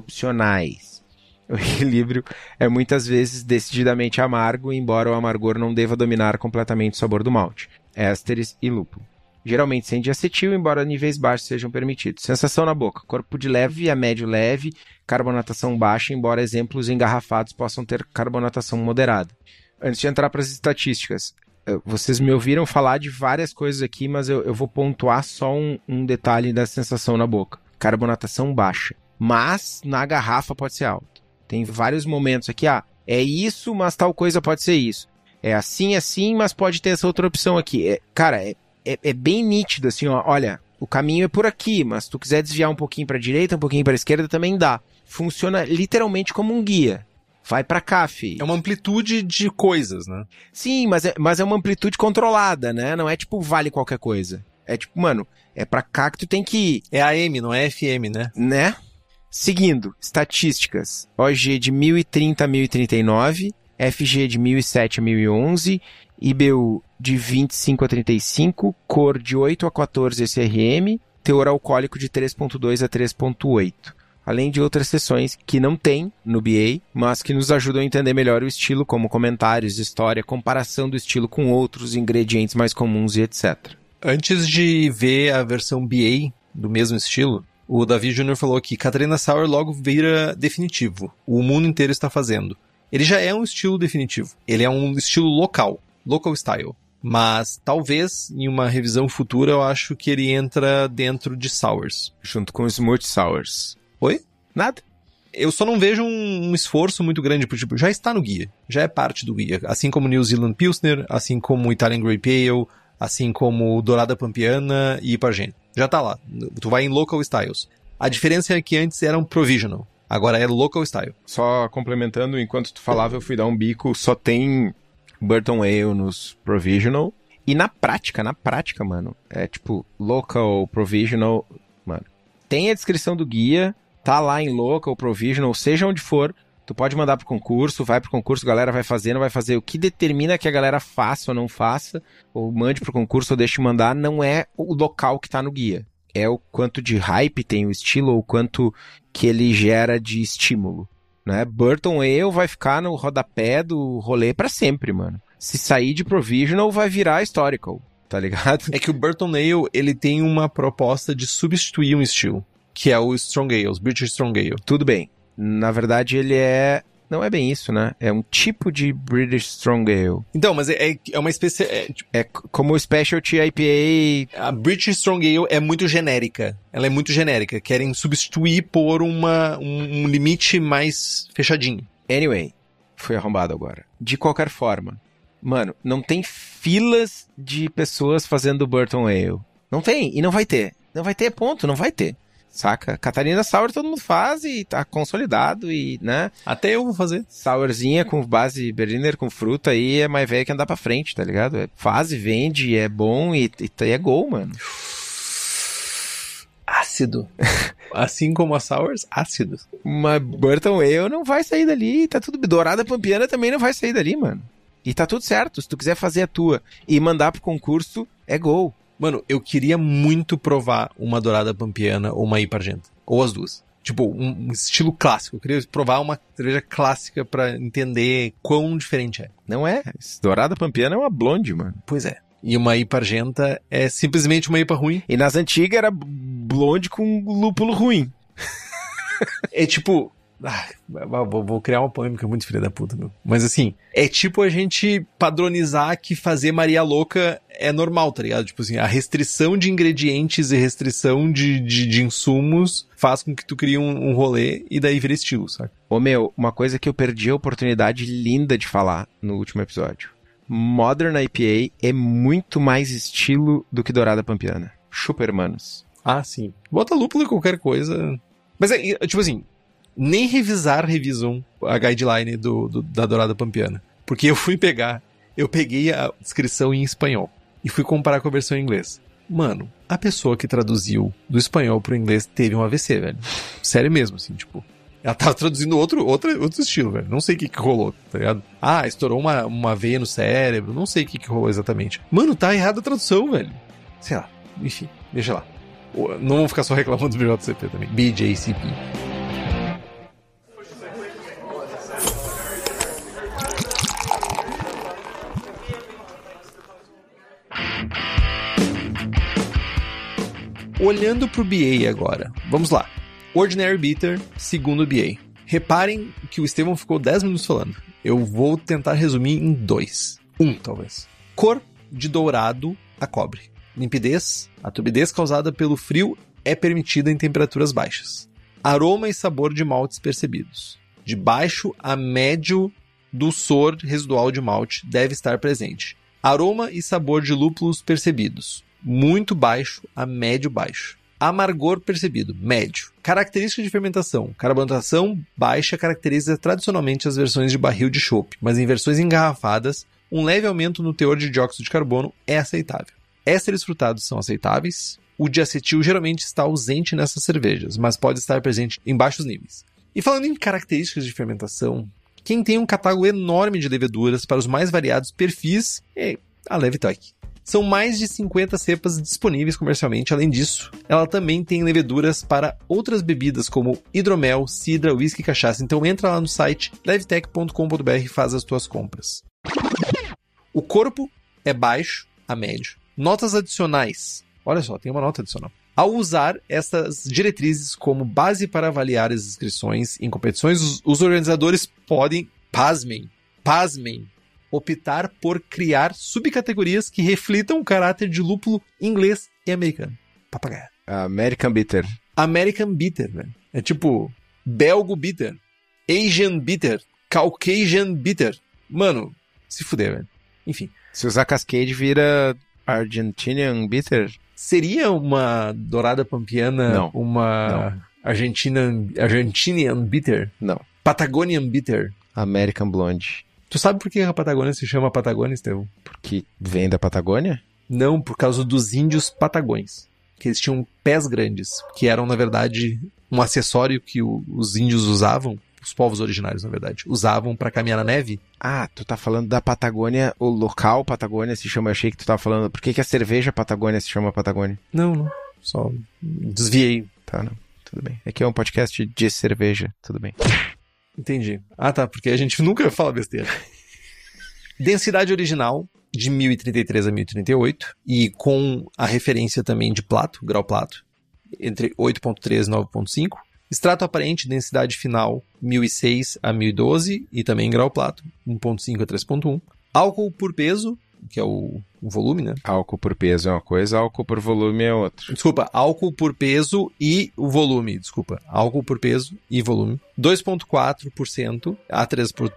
O equilíbrio é muitas vezes decididamente amargo, embora o amargor não deva dominar completamente o sabor do malte. Ésteres e lúpulo. Geralmente sem diacetil, embora níveis baixos sejam permitidos. Sensação na boca. Corpo de leve a médio leve, carbonatação baixa, embora exemplos engarrafados possam ter carbonatação moderada. Antes de entrar para as estatísticas, vocês me ouviram falar de várias coisas aqui, mas eu vou pontuar só um detalhe da sensação na boca. Carbonatação baixa. Mas na garrafa pode ser alta. Tem vários momentos aqui, é isso, mas tal coisa pode ser isso. É assim, mas pode ter essa outra opção aqui. É bem nítido, assim, olha, o caminho é por aqui, mas se tu quiser desviar um pouquinho para a direita, um pouquinho para a esquerda, também dá. Funciona literalmente como um guia. Vai pra cá, fi. É uma amplitude de coisas, né? Sim, mas é uma amplitude controlada, né? Não é tipo vale qualquer coisa. É tipo, mano, é pra cá que tu tem que ir. É AM, não é FM, né? Né? Seguindo, estatísticas. OG de 1030 a 1039, FG de 1007 a 1011, IBU de 25 a 35, cor de 8 a 14 SRM, teor alcoólico de 3.2 a 3.8. Além de outras seções que não tem no BA, mas que nos ajudam a entender melhor o estilo, como comentários, história, comparação do estilo com outros ingredientes mais comuns e etc. Antes de ver a versão BA do mesmo estilo, o Davi Júnior falou que Catarina Sour logo vira definitivo. O mundo inteiro está fazendo. Ele já é um estilo definitivo. Ele é um estilo local style. Mas talvez, em uma revisão futura, eu acho que ele entra dentro de Sours. Junto com os Smooth Sours. Oi? Nada. eu só não vejo um esforço muito grande, tipo, já está no guia, já é parte do guia, assim como New Zealand Pilsner, assim como Italian Grey Pale, assim como Dourada Pampiana e Ipargent. Já tá lá, tu vai em Local Styles. A diferença é que antes era um Provisional, agora é Local Style. Só complementando, enquanto tu falava, eu fui dar um bico, só tem Burton Ale nos Provisional. E na prática, mano, é tipo, Local, Provisional, mano, tem a descrição do guia, tá lá em Local, Provisional, seja onde for, tu pode mandar pro concurso, vai pro concurso, a galera vai fazer, não vai fazer. O que determina que a galera faça ou não faça, ou mande pro concurso ou deixe mandar, não é o local que tá no guia. É o quanto de hype tem o estilo, ou o quanto que ele gera de estímulo, né? Burton Ale vai ficar no rodapé do rolê pra sempre, mano. Se sair de Provisional, vai virar Historical, tá ligado? É que o Burton Ale, ele tem uma proposta de substituir um estilo, que é o Strong Ale, os British Strong Ale. Tudo bem. Na verdade, ele não é bem isso, né? É um tipo de British Strong Ale. Então, mas é uma espécie... É como o Specialty IPA... A British Strong Ale é muito genérica. Ela é muito genérica. Querem substituir por um limite mais fechadinho. Anyway, fui arrombado agora. De qualquer forma, mano, não tem filas de pessoas fazendo Burton Ale. Não tem, e não vai ter. Não vai ter, ponto, não vai ter. Saca? Catarina Sour todo mundo faz e tá consolidado e, né? Até eu vou fazer. Sourzinha com base Berliner, com fruta aí, é mais velho que andar pra frente, tá ligado? Faz e vende, é bom e é gol, mano. Ácido. Assim como a Sours, ácido. Mas Burton Ale não vai sair dali, tá tudo... Dourada Pampiana também não vai sair dali, mano. E tá tudo certo, se tu quiser fazer a tua e mandar pro concurso, é gol. Mano, eu queria muito provar uma Dourada Pampiana ou uma IPA Argenta. Ou as duas. Tipo, um estilo clássico. Eu queria provar uma cerveja clássica pra entender quão diferente é. Não é. Dourada Pampiana é uma blonde, mano. Pois é. E uma IPA Argenta é simplesmente uma IPA ruim. E nas antigas era blonde com lúpulo ruim. É tipo... vou criar uma polêmica muito filha da puta, meu. Mas assim, é tipo a gente padronizar que fazer Maria Louca é normal, tá ligado? Tipo assim, a restrição de ingredientes e restrição de insumos faz com que tu crie um rolê e daí vira estilo, sabe? Ô meu, uma coisa que eu perdi a oportunidade linda de falar no último episódio. Modern IPA é muito mais estilo do que Dourada Pampiana. Chupa, hermanos. Ah, sim. Bota lúpulo em qualquer coisa. Mas é, tipo assim, nem revisam a guideline da Dourada Pampiana. Porque eu peguei a descrição em espanhol e fui comparar com a versão em inglês. Mano, a pessoa que traduziu do espanhol pro inglês teve um AVC, velho. Sério mesmo, assim, tipo... Ela tava traduzindo outro estilo, velho. Não sei o que rolou, tá ligado? Ah, estourou uma veia no cérebro. Não sei o que rolou exatamente. Mano, tá errada a tradução, velho. Sei lá. Enfim, deixa lá. Não vamos ficar só reclamando do BJCP também. BJCP. Olhando pro BA agora. Vamos lá. Ordinary Bitter, segundo BA. Reparem que o Estevão ficou 10 minutos falando. Eu vou tentar resumir em 2. 1, talvez. Cor de dourado a cobre. Limpidez. A turbidez causada pelo frio é permitida em temperaturas baixas. Aroma e sabor de maltes percebidos. De baixo a médio dulçor residual de malte deve estar presente. Aroma e sabor de lúpulos percebidos. Muito baixo a médio baixo. Amargor percebido, médio. Características de fermentação. Carbonatação baixa caracteriza tradicionalmente as versões de barril de chopp, mas em versões engarrafadas, um leve aumento no teor de dióxido de carbono é aceitável. Ésteres frutados são aceitáveis. O diacetil geralmente está ausente nessas cervejas, mas pode estar presente em baixos níveis. E falando em características de fermentação, quem tem um catálogo enorme de leveduras para os mais variados perfis é a Levitec. São mais de 50 cepas disponíveis comercialmente. Além disso, ela também tem leveduras para outras bebidas como hidromel, cidra, whisky e cachaça. Então entra lá no site levitec.com.br e faz as tuas compras. O corpo é baixo a médio. Notas adicionais. Olha só, tem uma nota adicional. Ao usar essas diretrizes como base para avaliar as inscrições em competições, os organizadores podem, pasmem, optar por criar subcategorias que reflitam o caráter de lúpulo inglês e americano. Papagaio. American Bitter. American Bitter, velho. É tipo Belgo Bitter, Asian Bitter, Caucasian Bitter. Mano, se fuder, velho. Enfim. Se usar Cascade, vira Argentinian Bitter? Seria uma dourada pampiana, Não. uma Não. Argentinian Bitter? Não. Patagonian Bitter. American Blonde. Tu sabe por que a Patagônia se chama Patagônia, Estevão? Porque vem da Patagônia? Não, por causa dos índios patagões. Que eles tinham pés grandes, que eram, na verdade, um acessório que os índios usavam, os povos originários, na verdade, usavam pra caminhar na neve. Ah, tu tá falando da Patagônia, o local Patagônia se chama, eu achei que tu tava falando, por que a cerveja Patagônia se chama Patagônia? Não, só desviei. Tá, não, tudo bem. Aqui é um podcast de cerveja, tudo bem. Entendi. Ah, tá, porque a gente nunca fala besteira. Densidade original, de 1033 a 1038, e com a referência também de plato, grau plato, entre 8.3 e 9.5. Extrato aparente, densidade final, 1006 a 1012, e também grau plato, 1.5 a 3.1. Álcool por peso, que é o volume, né? Álcool por peso é uma coisa, álcool por volume é outra. Desculpa, álcool por peso e o volume. Desculpa, álcool por peso e volume. 2,4% a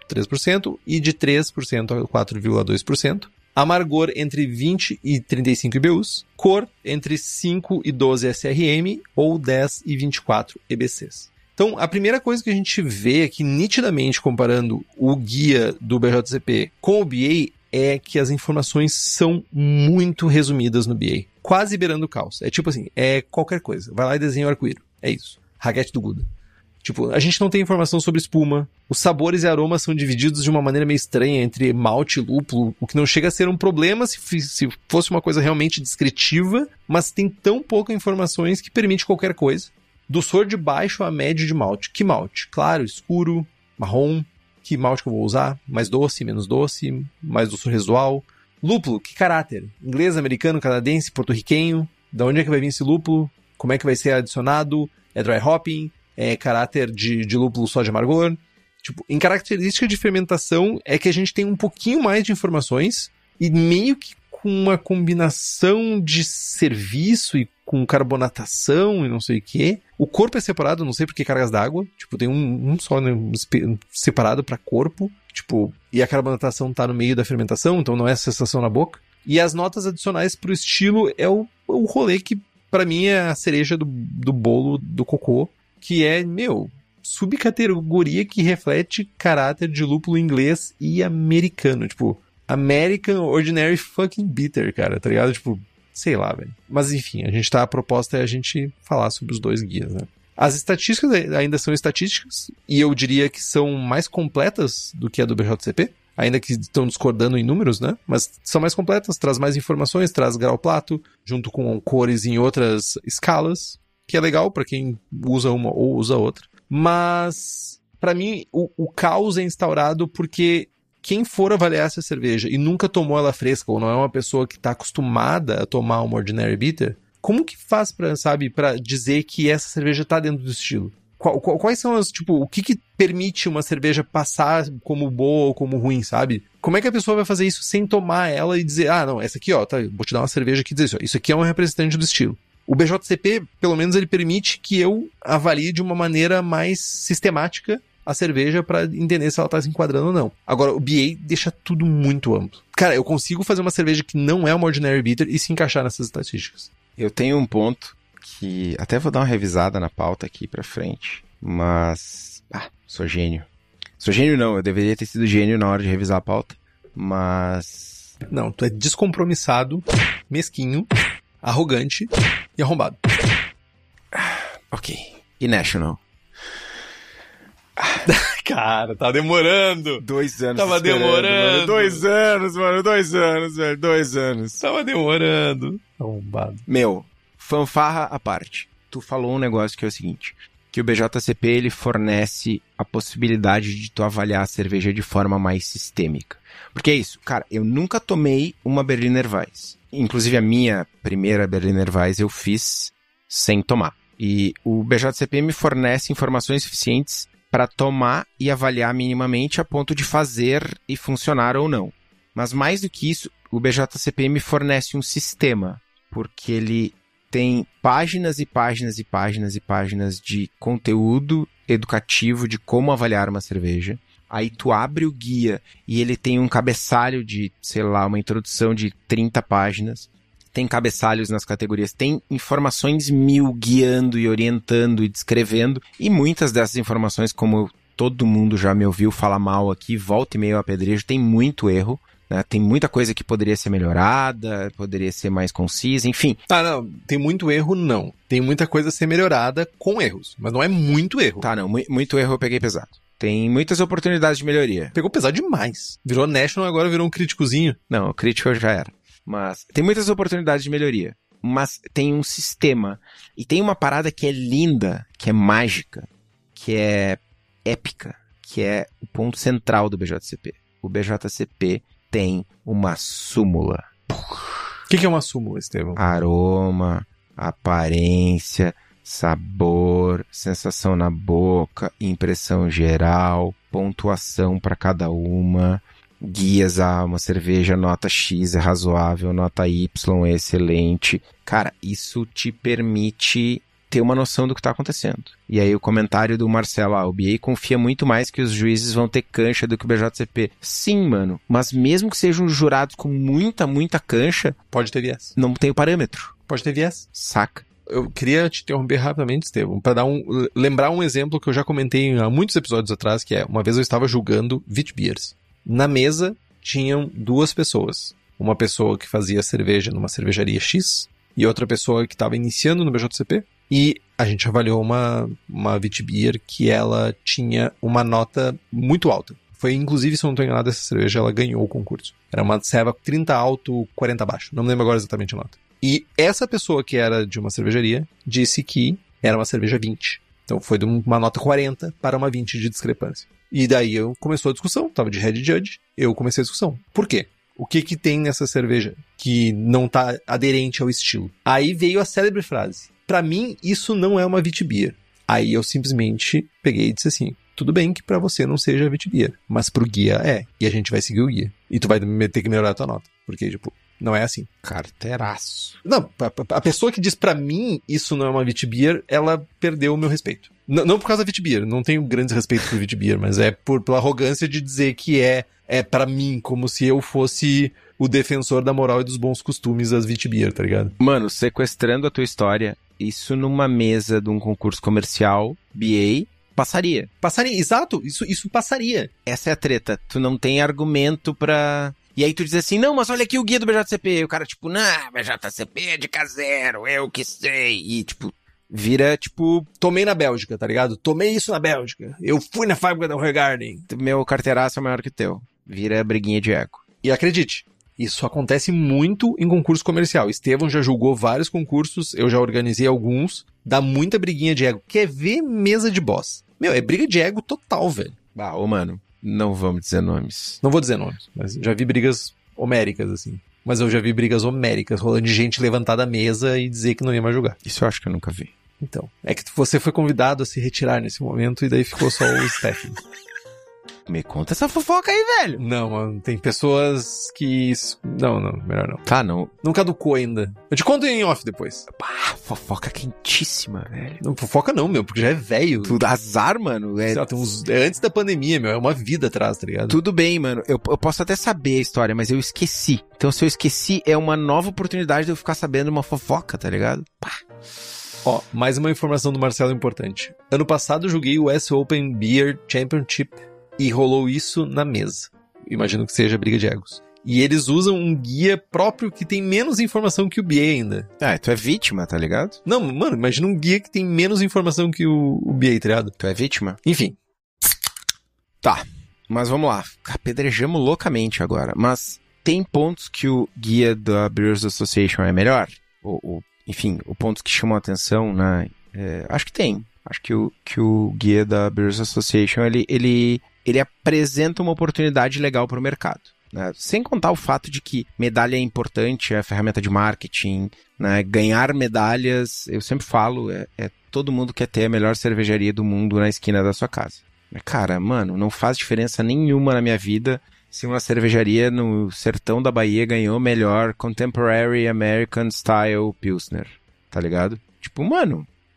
3% e de 3% a 4,2%. Amargor entre 20 e 35 IBUs. Cor entre 5 e 12 SRM ou 10 e 24 EBCs. Então, a primeira coisa que a gente vê aqui nitidamente comparando o guia do BJCP com o BA é que as informações são muito resumidas no BA. Quase beirando o caos. É tipo assim, é qualquer coisa. Vai lá e desenha o arco-íris. É isso. Raquete do Guda. Tipo, a gente não tem informação sobre espuma. Os sabores e aromas são divididos de uma maneira meio estranha entre malte e lúpulo, o que não chega a ser um problema se fosse uma coisa realmente descritiva, mas tem tão poucas informações que permite qualquer coisa. Doçor de baixo a médio de malte. Que malte? Claro, escuro, marrom. Que malte que eu vou usar? Mais doce, menos doce, mais doçor residual. Lúpulo, que caráter? Inglês, americano, canadense, porto-riquenho. Da onde é que vai vir esse lúpulo? Como é que vai ser adicionado? É dry hopping? É caráter de lúpulo só de amargor? Tipo, em característica de fermentação é que a gente tem um pouquinho mais de informações e meio que com uma combinação de serviço e com carbonatação e não sei o quê. O corpo é separado, não sei por que cargas d'água. Tipo, tem um só, né, separado para corpo. Tipo, e a carbonatação tá no meio da fermentação, então não é sensação na boca. E as notas adicionais pro estilo é o rolê que, pra mim, é a cereja do bolo do cocô. Que é, subcategoria que reflete caráter de lúpulo inglês e americano. Tipo, American Ordinary Fucking Bitter, cara, tá ligado? Tipo, sei lá, velho. Mas enfim, a proposta é a gente falar sobre os dois guias, né? As estatísticas ainda são estatísticas, e eu diria que são mais completas do que a do BJCP, ainda que estão discordando em números, né? Mas são mais completas, traz mais informações, traz grau plato, junto com cores em outras escalas, que é legal pra quem usa uma ou usa outra. Mas, pra mim, o caos é instaurado porque quem for avaliar essa cerveja e nunca tomou ela fresca, ou não é uma pessoa que tá acostumada a tomar uma Ordinary Bitter, como que faz pra dizer que essa cerveja tá dentro do estilo? Quais são as, tipo, o que permite uma cerveja passar como boa ou como ruim, sabe? Como é que a pessoa vai fazer isso sem tomar ela e dizer, não, essa aqui, ó, tá, vou te dar uma cerveja aqui e dizer isso aqui é um representante do estilo. O BJCP, pelo menos, ele permite que eu avalie de uma maneira mais sistemática a cerveja pra entender se ela tá se enquadrando ou não. Agora, o BA deixa tudo muito amplo. Cara, eu consigo fazer uma cerveja que não é uma Ordinary Bitter e se encaixar nessas estatísticas. Eu tenho um ponto que até vou dar uma revisada na pauta aqui pra frente, mas... sou gênio. Sou gênio não, eu deveria ter sido gênio na hora de revisar a pauta, mas... Não, tu é descompromissado, mesquinho, arrogante e arrombado. Ok. E National? Cara, tá demorando. 2 anos. Tava demorando. Mano. 2 anos, mano. 2 anos, velho. 2 anos. Tava demorando. Arrombado. Fanfarra à parte. Tu falou um negócio que é o seguinte, que o BJCP, ele fornece a possibilidade de tu avaliar a cerveja de forma mais sistêmica. Porque é isso, cara, eu nunca tomei uma Berliner Weiss. Inclusive a minha primeira Berliner Weiss eu fiz sem tomar. E o BJCP me fornece informações suficientes para tomar e avaliar minimamente a ponto de fazer e funcionar ou não. Mas mais do que isso, o BJCP me fornece um sistema, porque ele tem páginas e páginas e páginas e páginas de conteúdo educativo de como avaliar uma cerveja. Aí tu abre o guia e ele tem um cabeçalho de, sei lá, uma introdução de 30 páginas. Tem cabeçalhos nas categorias, tem informações 1000 guiando e orientando e descrevendo. E muitas dessas informações, como todo mundo já me ouviu falar mal aqui, volta e meio a pedrejo, tem muito erro. Né? Tem muita coisa que poderia ser melhorada, poderia ser mais concisa, enfim. Ah, não, tem muito erro, não. Tem muita coisa a ser melhorada com erros, mas não é muito erro. Tá, não, muito erro eu peguei pesado. Tem muitas oportunidades de melhoria. Pegou pesado demais. Virou National, agora virou um críticozinho. Não, o crítico já era. Mas tem muitas oportunidades de melhoria. Mas tem um sistema. E tem uma parada que é linda, que é mágica, que é épica, que é o ponto central do BJCP. O BJCP tem uma súmula. O que é uma súmula, Estevão? Aroma, aparência, sabor, sensação na boca, impressão geral, pontuação para cada uma, guias a uma cerveja, nota X é razoável, nota Y é excelente. Cara, isso te permite ter uma noção do que está acontecendo. E aí o comentário do Marcelo, o BA confia muito mais que os juízes vão ter cancha do que o BJCP. Sim, mano, mas mesmo que sejam jurados com muita cancha, pode ter viés. Não tem o parâmetro. Pode ter viés. Saca? Eu queria te interromper rapidamente, Estevão, para lembrar um exemplo que eu já comentei há muitos episódios atrás, que é, uma vez eu estava julgando Witbiers. Na mesa tinham 2 pessoas. Uma pessoa que fazia cerveja numa cervejaria X e outra pessoa que estava iniciando no BJCP. E a gente avaliou uma Witbier que ela tinha uma nota muito alta. Foi, inclusive, se eu não estou enganado, essa cerveja ela ganhou o concurso. Era uma ceva 30 alto, 40 baixo. Não me lembro agora exatamente a nota. E essa pessoa que era de uma cervejaria disse que era uma cerveja 20. Então foi de uma nota 40 para uma 20 de discrepância. E daí começou a discussão, estava de head judge, eu comecei a discussão. Por quê? O que tem nessa cerveja que não está aderente ao estilo? Aí veio a célebre frase: pra mim, isso não é uma Witbier. Aí eu simplesmente peguei e disse assim: tudo bem que pra você não seja Witbier, mas pro guia é. E a gente vai seguir o guia. E tu vai ter que melhorar a tua nota. Porque, tipo, não é assim. Carteiraço. Não, a pessoa que diz pra mim isso não é uma Witbier, ela perdeu o meu respeito. Não por causa da Witbier, não tenho grande respeito por Witbier, mas é pela arrogância de dizer que é pra mim, como se eu fosse o defensor da moral e dos bons costumes das Witbier, tá ligado? Mano, sequestrando a tua história, isso numa mesa de um concurso comercial, BA, passaria. Passaria, exato, isso passaria. Essa é a treta, tu não tem argumento pra... E aí tu diz assim, não, mas olha aqui o guia do BJCP. E o cara, tipo, não, BJCP é de caseiro, eu que sei. E, tipo, vira, tipo... Tomei na Bélgica, tá ligado? Tomei isso na Bélgica. Eu fui na fábrica da Hoegaarden. Meu carteiraço é maior que o teu. Vira briguinha de ego. E acredite, isso acontece muito em concurso comercial. Estevão já julgou vários concursos, eu já organizei alguns. Dá muita briguinha de ego. Quer ver mesa de boss? Meu, é briga de ego total, velho. Ô, mano, não vamos dizer nomes. Não vou dizer nomes, mas já vi brigas homéricas, assim. Mas eu já vi brigas homéricas, rolando de gente levantar da mesa e dizer que não ia mais julgar. Isso eu acho que eu nunca vi. Então, é que você foi convidado a se retirar nesse momento e daí ficou só o Stephen. Me conta essa fofoca aí, velho. Não, mano, tem pessoas que... Não, melhor não. Tá, não. Não caducou ainda. Eu te conto em off depois. Fofoca quentíssima, velho. Não, fofoca não, meu, porque já é velho. Tudo azar, mano. Sei lá, é antes da pandemia, meu, é uma vida atrás, tá ligado? Tudo bem, mano. Eu posso até saber a história, mas eu esqueci. Então, se eu esqueci, é uma nova oportunidade de eu ficar sabendo uma fofoca, tá ligado? Ó, mais uma informação do Marcelo importante. Ano passado eu joguei o US Open Beer Championship e rolou isso na mesa. Imagino que seja briga de egos. E eles usam um guia próprio que tem menos informação que o BA ainda. Tu é vítima, tá ligado? Não, mano, imagina um guia que tem menos informação que o BA, tá ligado? Tu é vítima? Enfim. Tá, mas vamos lá. Apedrejamos loucamente agora. Mas tem pontos que o guia da Brewers Association é melhor? Enfim, o pontos que chamam a atenção, né? Acho que tem. Acho que o guia da Brewers Association, ele apresenta uma oportunidade legal para o mercado. Né? Sem contar o fato de que medalha é importante, é ferramenta de marketing, né? Ganhar medalhas, eu sempre falo, todo mundo quer ter a melhor cervejaria do mundo na esquina da sua casa. Cara, mano, não faz diferença nenhuma na minha vida se uma cervejaria no sertão da Bahia ganhou melhor Contemporary American Style Pilsner, tá ligado? Tipo, mano,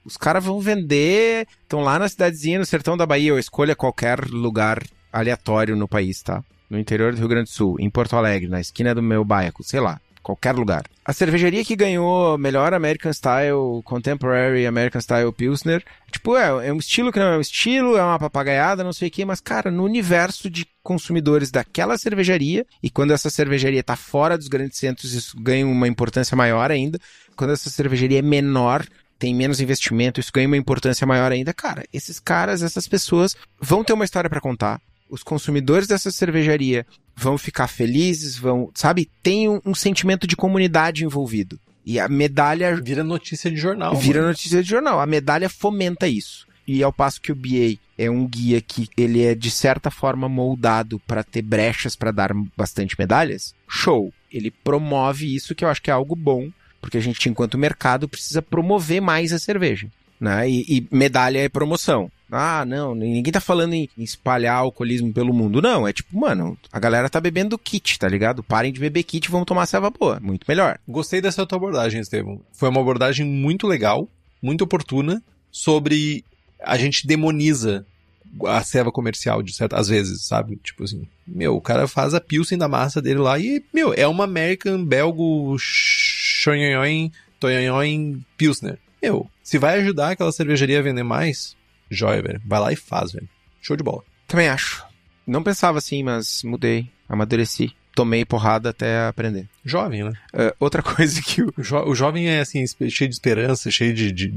Os caras vão vender, estão lá na cidadezinha, no sertão da Bahia, ou escolha qualquer lugar aleatório no país, tá? No interior do Rio Grande do Sul, em Porto Alegre, na esquina do meu bairro, sei lá, qualquer lugar. A cervejaria que ganhou melhor American Style, Contemporary American Style Pilsner, tipo, é um estilo que não é um estilo, é uma papagaiada, não sei o que, mas, cara, no universo de consumidores daquela cervejaria, e quando essa cervejaria tá fora dos grandes centros, isso ganha uma importância maior ainda. Quando essa cervejaria é menor, tem menos investimento, isso ganha uma importância maior ainda. Cara, esses caras, essas pessoas vão ter uma história pra contar. Os consumidores dessa cervejaria vão ficar felizes, vão, sabe? Tem um sentimento de comunidade envolvido. E a medalha... Vira notícia de jornal. Vira notícia de jornal. A medalha fomenta isso. E ao passo que o BA é um guia que ele é, de certa forma, moldado para ter brechas para dar bastante medalhas, show. Ele promove isso, que eu acho que é algo bom, porque a gente, enquanto mercado, precisa promover mais a cerveja, né? E medalha é promoção. Ah, não, ninguém tá falando em espalhar alcoolismo pelo mundo. Não, é tipo, mano, a galera tá bebendo kit, tá ligado? Parem de beber kit e vamos tomar cerveja boa. Muito melhor. Gostei dessa tua abordagem, Estevão. Foi uma abordagem muito legal, muito oportuna, sobre a gente demoniza a ceva comercial, de certas vezes, sabe? Tipo assim, o cara faz a pilsen da massa dele lá e, é uma American Belgo Chonhonhon Tonhonhon Pilsner. Se vai ajudar aquela cervejaria a vender mais, joia, velho. Vai lá e faz, velho. Show de bola. Também acho. Não pensava assim, mas mudei, amadureci. Tomei porrada até aprender. Jovem, né? Outra coisa que o jovem é assim, cheio de esperança, cheio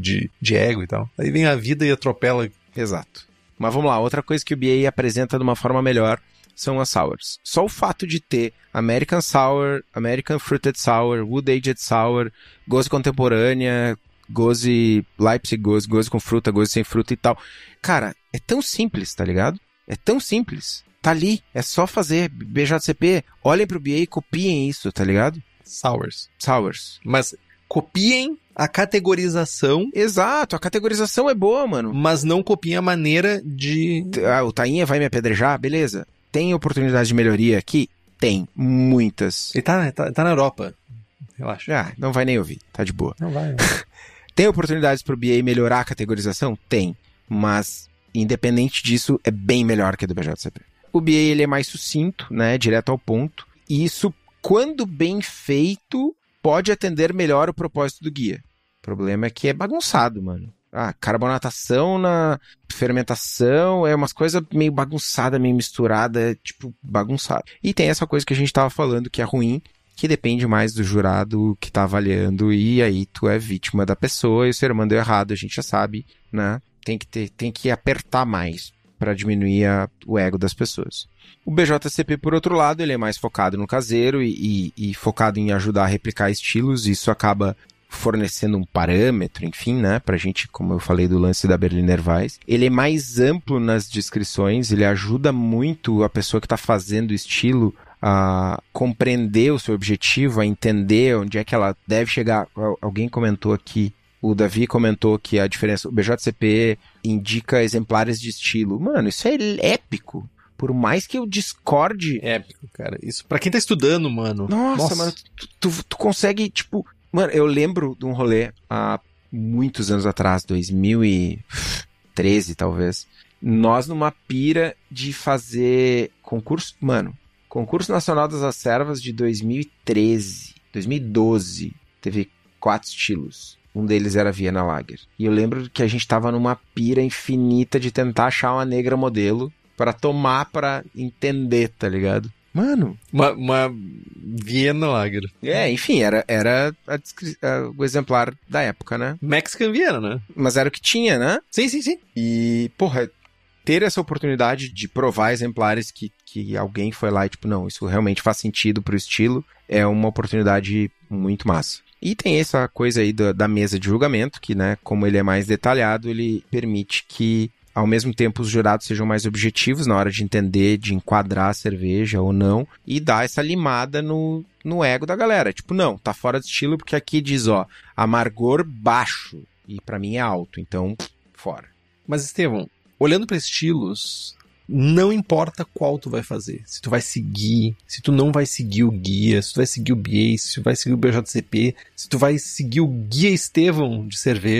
de ego e tal. Aí vem a vida e atropela. Exato. Mas vamos lá, outra coisa que o BA apresenta de uma forma melhor são as sours. Só o fato de ter American Sour, American Fruited Sour, Wood Aged Sour, goze contemporânea, goze Leipzig, goze com fruta, goze sem fruta e tal. Cara, é tão simples, tá ligado? É tão simples. Tá ali, é só fazer. BJCP, olhem pro BA e copiem isso, tá ligado? Sours. Mas copiem a categorização. Exato, a categorização é boa, mano. Mas não copiem a maneira de... o Tainha vai me apedrejar? Beleza. Tem oportunidade de melhoria aqui? Tem. Muitas. Ele tá na Europa. Relaxa. Não vai nem ouvir. Tá de boa. Não vai. Tem oportunidades pro BA melhorar a categorização? Tem. Mas, independente disso, é bem melhor que a do BJCP. O BA, ele é mais sucinto, né? Direto ao ponto. E isso, quando bem feito, pode atender melhor o propósito do guia. O problema é que é bagunçado, mano. Carbonatação na fermentação, é umas coisas meio bagunçada, meio misturada, é tipo bagunçado. E tem essa coisa que a gente tava falando que é ruim, que depende mais do jurado que tá avaliando, e aí tu é vítima da pessoa e o ser humano deu errado, a gente já sabe, né? Tem que apertar mais para diminuir o ego das pessoas. O BJCP, por outro lado, ele é mais focado no caseiro e focado em ajudar a replicar estilos, e isso acaba fornecendo um parâmetro, enfim, né, pra gente, como eu falei do lance da Berliner Weiss. Ele é mais amplo nas descrições, ele ajuda muito a pessoa que tá fazendo o estilo a compreender o seu objetivo, a entender onde é que ela deve chegar. Alguém comentou aqui, o Davi comentou que a diferença, o BJCP indica exemplares de estilo. Mano, isso é épico. Por mais que eu discorde... Épico, cara. Isso, pra quem tá estudando, mano... Nossa. Mano, tu consegue, tipo... Mano, eu lembro de um rolê há muitos anos atrás, 2013, talvez. Nós numa pira de fazer concurso... Mano, Concurso Nacional das Acervas de 2013, 2012. Teve 4 estilos. Um deles era Viena Lager. E eu lembro que a gente tava numa pira infinita de tentar achar uma negra modelo pra tomar, pra entender, tá ligado? Mano... Uma Viena Lager. Enfim, era o exemplar da época, né? Mexican Viena, né? Mas era o que tinha, né? Sim. E, porra, ter essa oportunidade de provar exemplares que alguém foi lá e tipo, não, isso realmente faz sentido pro estilo, é uma oportunidade muito massa. E tem essa coisa aí da mesa de julgamento, que, né, como ele é mais detalhado, ele permite que, ao mesmo tempo, os jurados sejam mais objetivos na hora de entender, de enquadrar a cerveja ou não, e dar essa limada no ego da galera. Tipo, não, tá fora de estilo porque aqui diz, amargor baixo, e pra mim é alto, então, fora. Mas, Estevão, olhando pra estilos, não importa qual tu vai fazer. Se tu vai seguir, se tu não vai seguir o guia, se tu vai seguir o BA, se tu vai seguir o BJCP, se tu vai seguir o Guia Estevão de cerveja,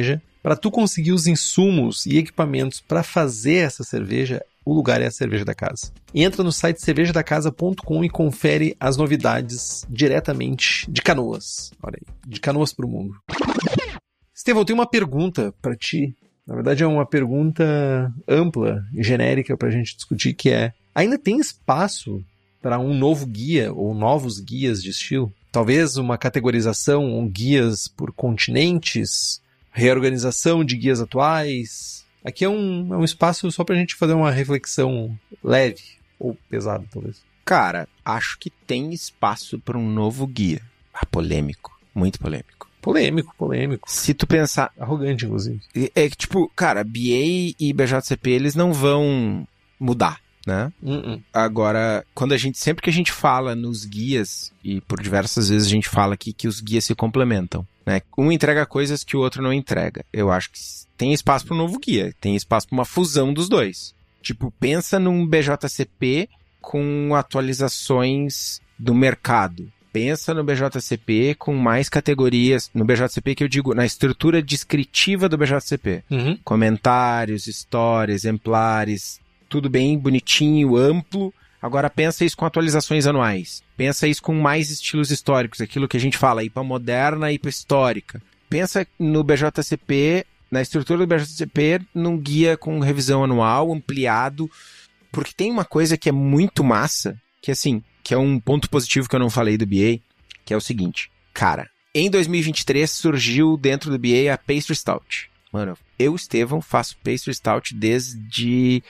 Para tu conseguir os insumos e equipamentos para fazer essa cerveja, o lugar é a Cerveja da Casa. Entra no site cervejadacasa.com e confere as novidades diretamente de Canoas. Olha aí, de Canoas pro mundo. Estevão, eu tenho uma pergunta para ti. Na verdade é uma pergunta ampla e genérica pra gente discutir, que é: ainda tem espaço para um novo guia ou novos guias de estilo? Talvez uma categorização ou guias por continentes, reorganização de guias atuais. Aqui é um espaço só pra gente fazer uma reflexão leve ou pesada, talvez. Cara, acho que tem espaço para um novo guia. Polêmico, muito polêmico. Polêmico. Se tu pensar... Arrogante, inclusive. É que, tipo, cara, BA e BJCP, eles não vão mudar, né? Agora, sempre que a gente fala nos guias, e por diversas vezes a gente fala aqui que os guias se complementam, né? Um entrega coisas que o outro não entrega. Eu acho que tem espaço para um novo guia, tem espaço para uma fusão dos dois. Tipo, pensa num BJCP com atualizações do mercado. Pensa no BJCP com mais categorias, no BJCP que eu digo, na estrutura descritiva do BJCP. Comentários, histórias, exemplares, tudo bem bonitinho, amplo. Agora pensa isso com atualizações anuais. Pensa isso com mais estilos históricos, aquilo que a gente fala, IPA moderna e IPA histórica. Pensa no BJCP, na estrutura do BJCP, num guia com revisão anual, ampliado, porque tem uma coisa que é muito massa, que assim, que é um ponto positivo que eu não falei do BA, que é o seguinte, cara, em 2023 surgiu dentro do BA a Pastry Stout. Mano, eu, Estevão, faço Pastry Stout desde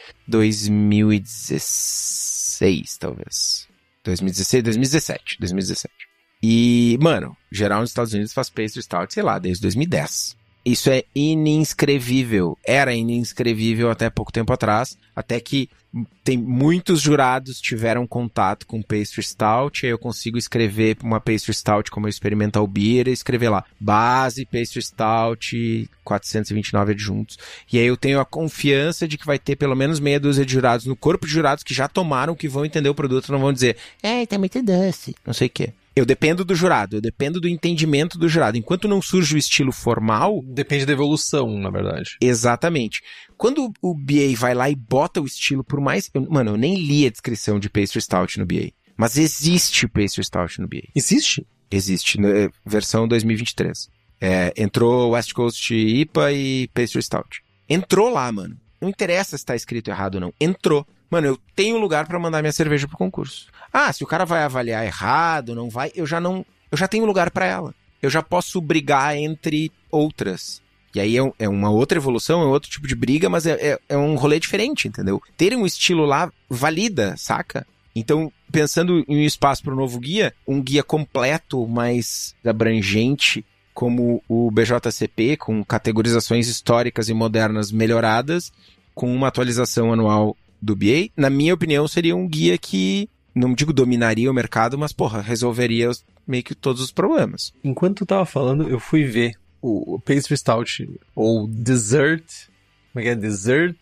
2016, talvez. 2017. E, mano, geral nos Estados Unidos faz Pastry Stout, sei lá, desde 2010. Isso é inescrevível. Era inescrevível até pouco tempo atrás, até que tem muitos jurados tiveram contato com Pastry Stout, aí eu consigo escrever uma Pastry Stout como Experimental Beer e escrever lá, base Pastry Stout, 429 adjuntos. E aí eu tenho a confiança de que vai ter pelo menos meia dúzia de jurados no corpo de jurados que já tomaram, que vão entender o produto, não vão dizer, tá muito doce, não sei o quê. Eu dependo do jurado, eu dependo do entendimento do jurado. Enquanto não surge o estilo formal... Depende da evolução, na verdade. Exatamente. Quando o BA vai lá e bota o estilo, por mais... eu nem li a descrição de Pastry Stout no BA. Mas existe Pastry Stout no BA. Existe? Existe, versão 2023. Entrou West Coast IPA e Pastry Stout. Entrou lá, mano. Não interessa se tá escrito errado ou não. Entrou. Mano, eu tenho lugar pra mandar minha cerveja pro concurso. Se o cara vai avaliar errado, não vai, eu já tenho lugar pra ela. Eu já posso brigar entre outras. E aí é uma outra evolução, é outro tipo de briga, mas é um rolê diferente, entendeu? Ter um estilo lá valida, saca? Então, pensando em um espaço para um novo guia, um guia completo, mais abrangente, como o BJCP, com categorizações históricas e modernas melhoradas, com uma atualização anual do BA, na minha opinião, seria um guia que, não digo dominaria o mercado, mas, resolveria meio que todos os problemas. Enquanto tu tava falando, eu fui ver o Pastry Stout, ou Dessert... Como é que é? Dessert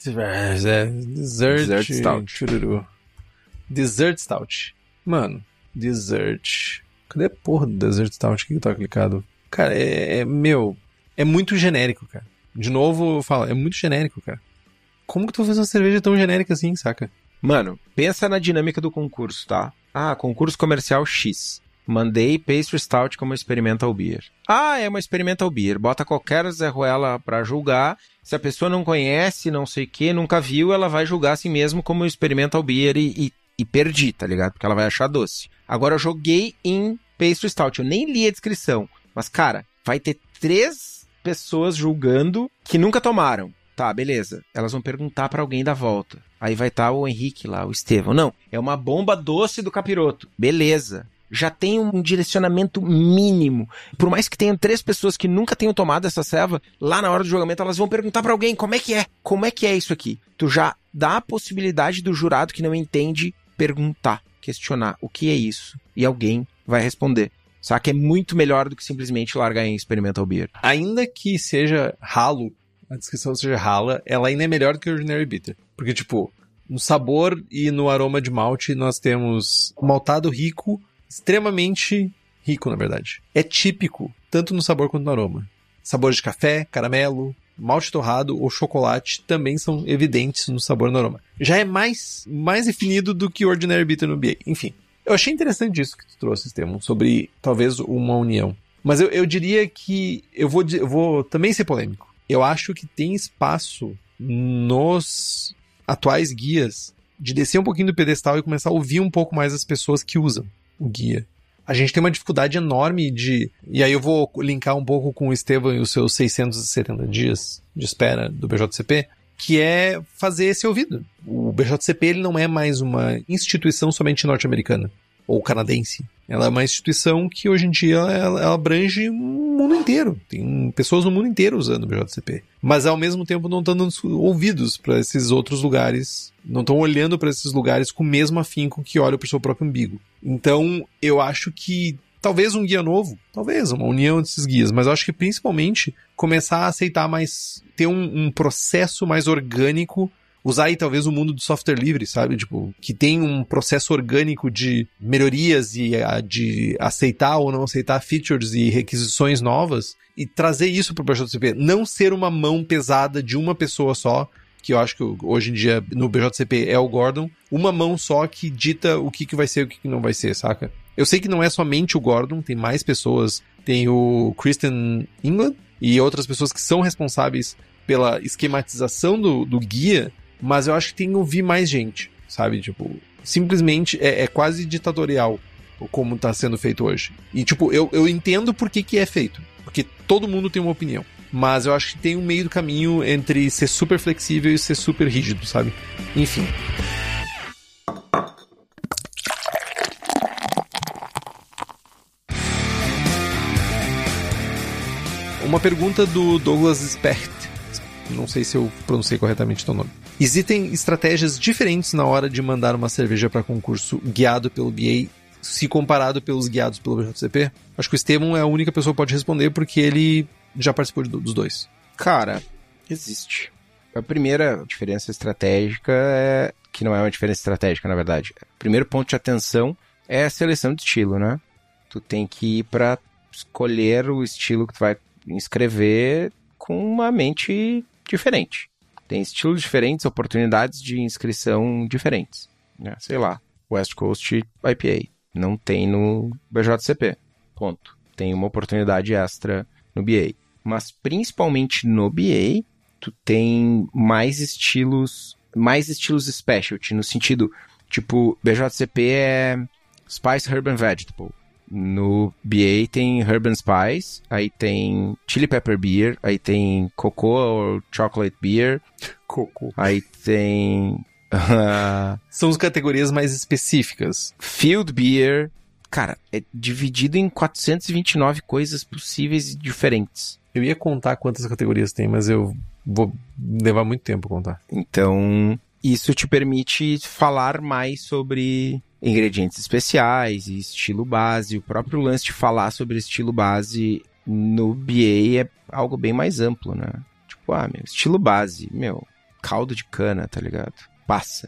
Stout. Chururu. Dessert Stout. Mano, Dessert... Cadê a porra do Dessert Stout que tá clicado? Cara, é muito genérico, cara. De novo, eu falo, é muito genérico, cara. Como que tu vai fazer uma cerveja tão genérica assim, saca? Mano, pensa na dinâmica do concurso, tá? Concurso comercial X. Mandei Pastry Stout como Experimental Beer. É uma Experimental Beer. Bota qualquer Zé Ruela pra julgar. Se a pessoa não conhece, não sei o que, nunca viu, ela vai julgar assim mesmo como Experimental Beer e perdi, tá ligado? Porque ela vai achar doce. Agora eu joguei em Pastry Stout. Eu nem li a descrição. Mas, cara, vai ter 3 pessoas julgando que nunca tomaram. Tá, beleza. Elas vão perguntar pra alguém da volta. Aí vai estar o Henrique lá, o Estevão. Não, é uma bomba doce do capiroto. Beleza. Já tem um direcionamento mínimo. Por mais que tenham 3 pessoas que nunca tenham tomado essa ceva, lá na hora do julgamento elas vão perguntar pra alguém como é que é. Como é que é isso aqui? Tu já dá a possibilidade do jurado que não entende perguntar, questionar o que é isso. E alguém vai responder. Saca? É muito melhor do que simplesmente largar em Experimental Beer. Ainda que seja ralo, a descrição seja rala, ela ainda é melhor do que o Ordinary Bitter. Porque, no sabor e no aroma de malte, nós temos um maltado rico, extremamente rico, na verdade. É típico, tanto no sabor quanto no aroma. Sabor de café, caramelo, malte torrado ou chocolate também são evidentes no sabor e no aroma. Já é mais definido do que o Ordinary Bitter no BA. Enfim, eu achei interessante isso que tu trouxe, Estevam, sobre talvez uma união. Mas eu diria que eu vou também ser polêmico. Eu acho que tem espaço nos atuais guias de descer um pouquinho do pedestal e começar a ouvir um pouco mais as pessoas que usam o guia. A gente tem uma dificuldade enorme e aí eu vou linkar um pouco com o Estevam e os seus 670 dias de espera do BJCP, que é fazer esse ouvido. O BJCP ele não é mais uma instituição somente norte-americana ou canadense. Ela é uma instituição que hoje em dia ela abrange o mundo inteiro. Tem pessoas no mundo inteiro usando o BJCP. Mas ao mesmo tempo não estão dando ouvidos para esses outros lugares, não estão olhando para esses lugares com o mesmo afinco que olham para o seu próprio umbigo. Então eu acho que talvez um guia novo, talvez uma união desses guias, mas eu acho que principalmente começar a aceitar mais, ter um processo mais orgânico. Usar aí talvez o mundo do software livre, sabe? Tipo, que tem um processo orgânico de melhorias e de aceitar ou não aceitar features e requisições novas e trazer isso pro BJCP. Não ser uma mão pesada de uma pessoa só, que eu acho que hoje em dia no BJCP é o Gordon. Uma mão só que dita o que vai ser e o que não vai ser, saca? Eu sei que não é somente o Gordon, tem mais pessoas. Tem o Christian England e outras pessoas que são responsáveis pela esquematização do guia. Mas eu acho que tem que ouvir mais gente, sabe? Tipo, simplesmente é quase ditatorial como tá sendo feito hoje. E, tipo, eu entendo por que é feito. Porque todo mundo tem uma opinião. Mas eu acho que tem um meio do caminho entre ser super flexível e ser super rígido, sabe? Enfim. Uma pergunta do Douglas Specht. Não sei se eu pronunciei corretamente teu nome. Existem estratégias diferentes na hora de mandar uma cerveja para concurso guiado pelo BA, se comparado pelos guiados pelo BJCP? Acho que o Estevam é a única pessoa que pode responder, porque ele já participou dos dois. Cara, existe. A primeira diferença estratégica é... que não é uma diferença estratégica, na verdade. O primeiro ponto de atenção é a seleção de estilo, né? Tu tem que ir para escolher o estilo que tu vai escrever com uma mente diferente. Tem estilos diferentes, oportunidades de inscrição diferentes. Né? Sei lá, West Coast IPA. Não tem no BJCP. Ponto. Tem uma oportunidade extra no BA. Mas principalmente no BA, tu tem mais estilos specialty, no sentido, tipo, BJCP é Spice, Herb and Vegetable. No BA tem Herb and Spice, aí tem Chili Pepper Beer, aí tem Cocoa ou Chocolate Beer. Coco. Aí tem... São as categorias mais específicas. Field Beer. Cara, é dividido em 429 coisas possíveis e diferentes. Eu ia contar quantas categorias tem, mas eu vou levar muito tempo a contar. Então, isso te permite falar mais sobre ingredientes especiais e estilo base. O próprio lance de falar sobre estilo base no BA é algo bem mais amplo, né? Tipo, estilo base, caldo de cana, tá ligado? Passa.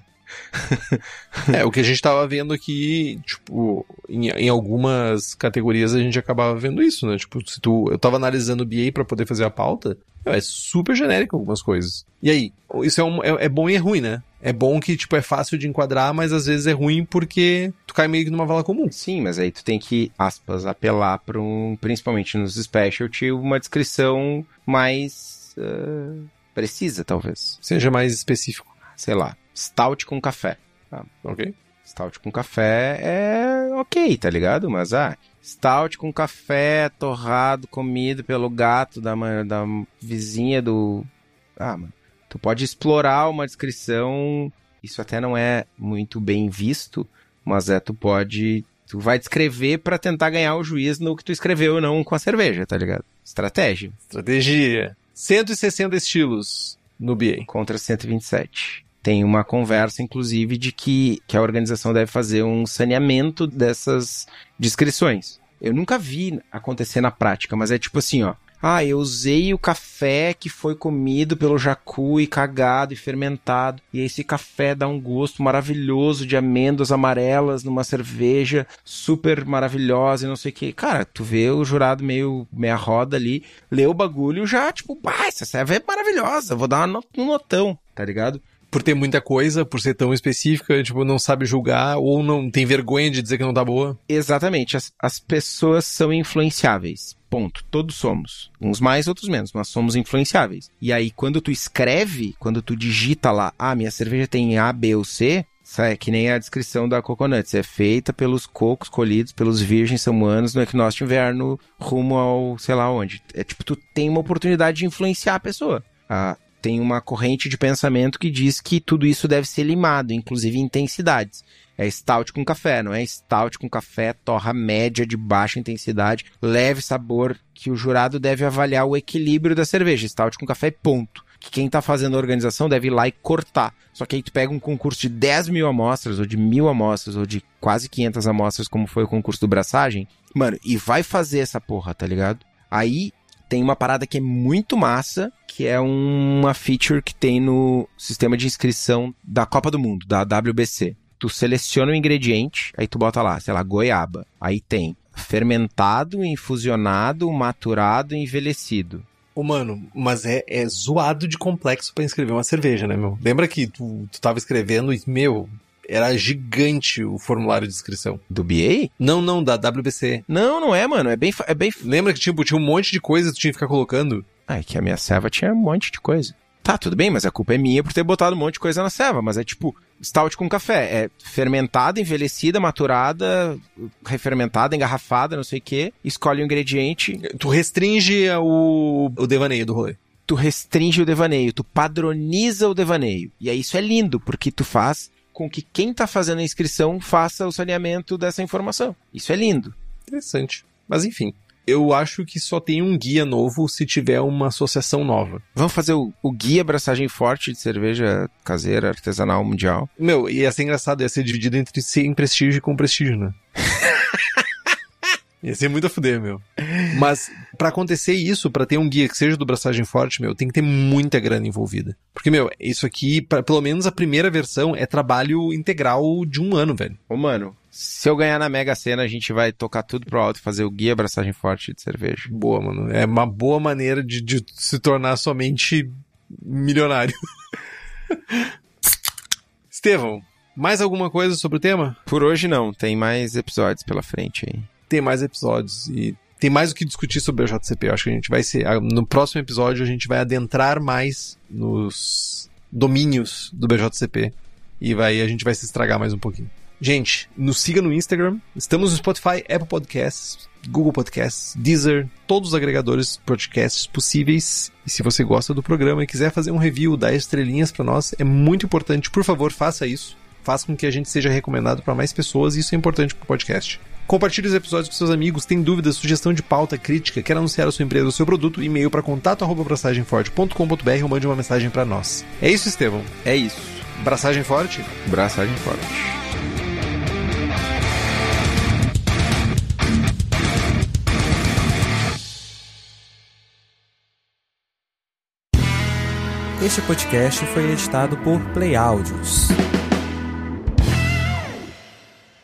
O que a gente tava vendo aqui, tipo, em algumas categorias a gente acabava vendo isso, né? Tipo, eu tava analisando o BA pra poder fazer a pauta, é super genérico algumas coisas. E aí, isso é bom e é ruim, né? É bom que, tipo, é fácil de enquadrar, mas às vezes é ruim porque tu cai meio que numa vala comum. Sim, mas aí tu tem que, aspas, apelar pra principalmente nos specialty, uma descrição mais precisa, talvez. Seja mais específico. Sei lá, stout com café. Ok. Stout com café é ok, tá ligado? Mas, stout com café torrado, comido pelo gato da vizinha do... mano. Tu pode explorar uma descrição, isso até não é muito bem visto, mas tu vai descrever pra tentar ganhar o juiz no que tu escreveu ou não com a cerveja, tá ligado? Estratégia. 160 estilos no BA. Contra 127. Tem uma conversa, inclusive, de que a organização deve fazer um saneamento dessas descrições. Eu nunca vi acontecer na prática, mas é tipo assim, eu usei o café que foi comido pelo jacu e cagado e fermentado, e esse café dá um gosto maravilhoso de amêndoas amarelas numa cerveja super maravilhosa e não sei o que. Cara, tu vê o jurado meio meia roda ali, lê o bagulho já, tipo, essa cerveja é maravilhosa, vou dar um notão, tá ligado? Por ter muita coisa, por ser tão específica, tipo, não sabe julgar ou não tem vergonha de dizer que não tá boa. Exatamente. As pessoas são influenciáveis. Ponto. Todos somos. Uns mais, outros menos, mas somos influenciáveis. E aí, quando tu escreve, quando tu digita lá, minha cerveja tem A, B ou C, é que nem a descrição da Coconuts. É feita pelos cocos colhidos pelos virgens samuanos no equinócio de inverno rumo ao sei lá onde. É tipo, tu tem uma oportunidade de influenciar a pessoa. Tem uma corrente de pensamento que diz que tudo isso deve ser limado, inclusive intensidades. É stout com café, não é stout com café, torra média de baixa intensidade, leve sabor, que o jurado deve avaliar o equilíbrio da cerveja. Stout com café, ponto. Que quem tá fazendo a organização deve ir lá e cortar. Só que aí tu pega um concurso de 10 mil amostras, ou de 1.000 amostras, ou de quase 500 amostras, como foi o concurso do Braçagem, mano, e vai fazer essa porra, tá ligado? Aí tem uma parada que é muito massa, que é uma feature que tem no sistema de inscrição da Copa do Mundo, da WBC. Tu seleciona o ingrediente, aí tu bota lá, sei lá, goiaba. Aí tem fermentado, infusionado, maturado e envelhecido. Mano, mas é zoado de complexo pra inscrever uma cerveja, né, meu? Lembra que tu tava escrevendo e, meu, era gigante o formulário de inscrição. Do BA? Não, da WBC. Não é, mano. É bem... Lembra que tinha um monte de coisa que tu tinha que ficar colocando? É que a minha ceva tinha um monte de coisa. Tá, tudo bem, mas a culpa é minha por ter botado um monte de coisa na ceva. Mas é tipo, stout com café. É fermentada, envelhecida, maturada, refermentada, engarrafada, não sei o quê. Escolhe o ingrediente. Tu restringe o devaneio do rolê. Tu restringe o devaneio, tu padroniza o devaneio. E aí isso é lindo, porque tu faz com que quem tá fazendo a inscrição faça o saneamento dessa informação. Isso é lindo. Interessante. Mas enfim, eu acho que só tem um guia novo se tiver uma associação nova. Vamos fazer o guia Braçagem Forte de cerveja caseira, artesanal, mundial. Meu, ia ser engraçado, ia ser dividido entre sem prestígio e com prestígio, né? Ia ser muito a fuder, meu. Mas pra acontecer isso, pra ter um guia que seja do Braçagem Forte, meu, tem que ter muita grana envolvida. Porque, meu, isso aqui, pelo menos a primeira versão, é trabalho integral de um ano, velho. Mano, se eu ganhar na Mega Sena, a gente vai tocar tudo pro alto e fazer o guia Braçagem Forte de cerveja. Boa, mano. É uma boa maneira de se tornar somente milionário. Estevão, mais alguma coisa sobre o tema? Por hoje não, tem mais episódios pela frente aí. Tem mais episódios e tem mais o que discutir sobre o JCP. Eu acho que a gente vai no próximo episódio a gente vai adentrar mais nos domínios do BJCP e a gente vai se estragar mais um pouquinho. Gente, nos siga no Instagram, estamos no Spotify, Apple Podcasts, Google Podcasts, Deezer, todos os agregadores podcasts possíveis. E se você gosta do programa e quiser fazer um review, dar estrelinhas pra nós, é muito importante. Por favor, faça isso. Faça com que a gente seja recomendado para mais pessoas e isso é importante pro podcast. Compartilhe os episódios com seus amigos, tem dúvidas, sugestão de pauta, crítica, quer anunciar a sua empresa ou seu produto, e-mail para contato@braçagemforte.com.br ou mande uma mensagem para nós. É isso, Estevão? É isso. Braçagem Forte? Braçagem Forte. Este podcast foi editado por Play Áudios.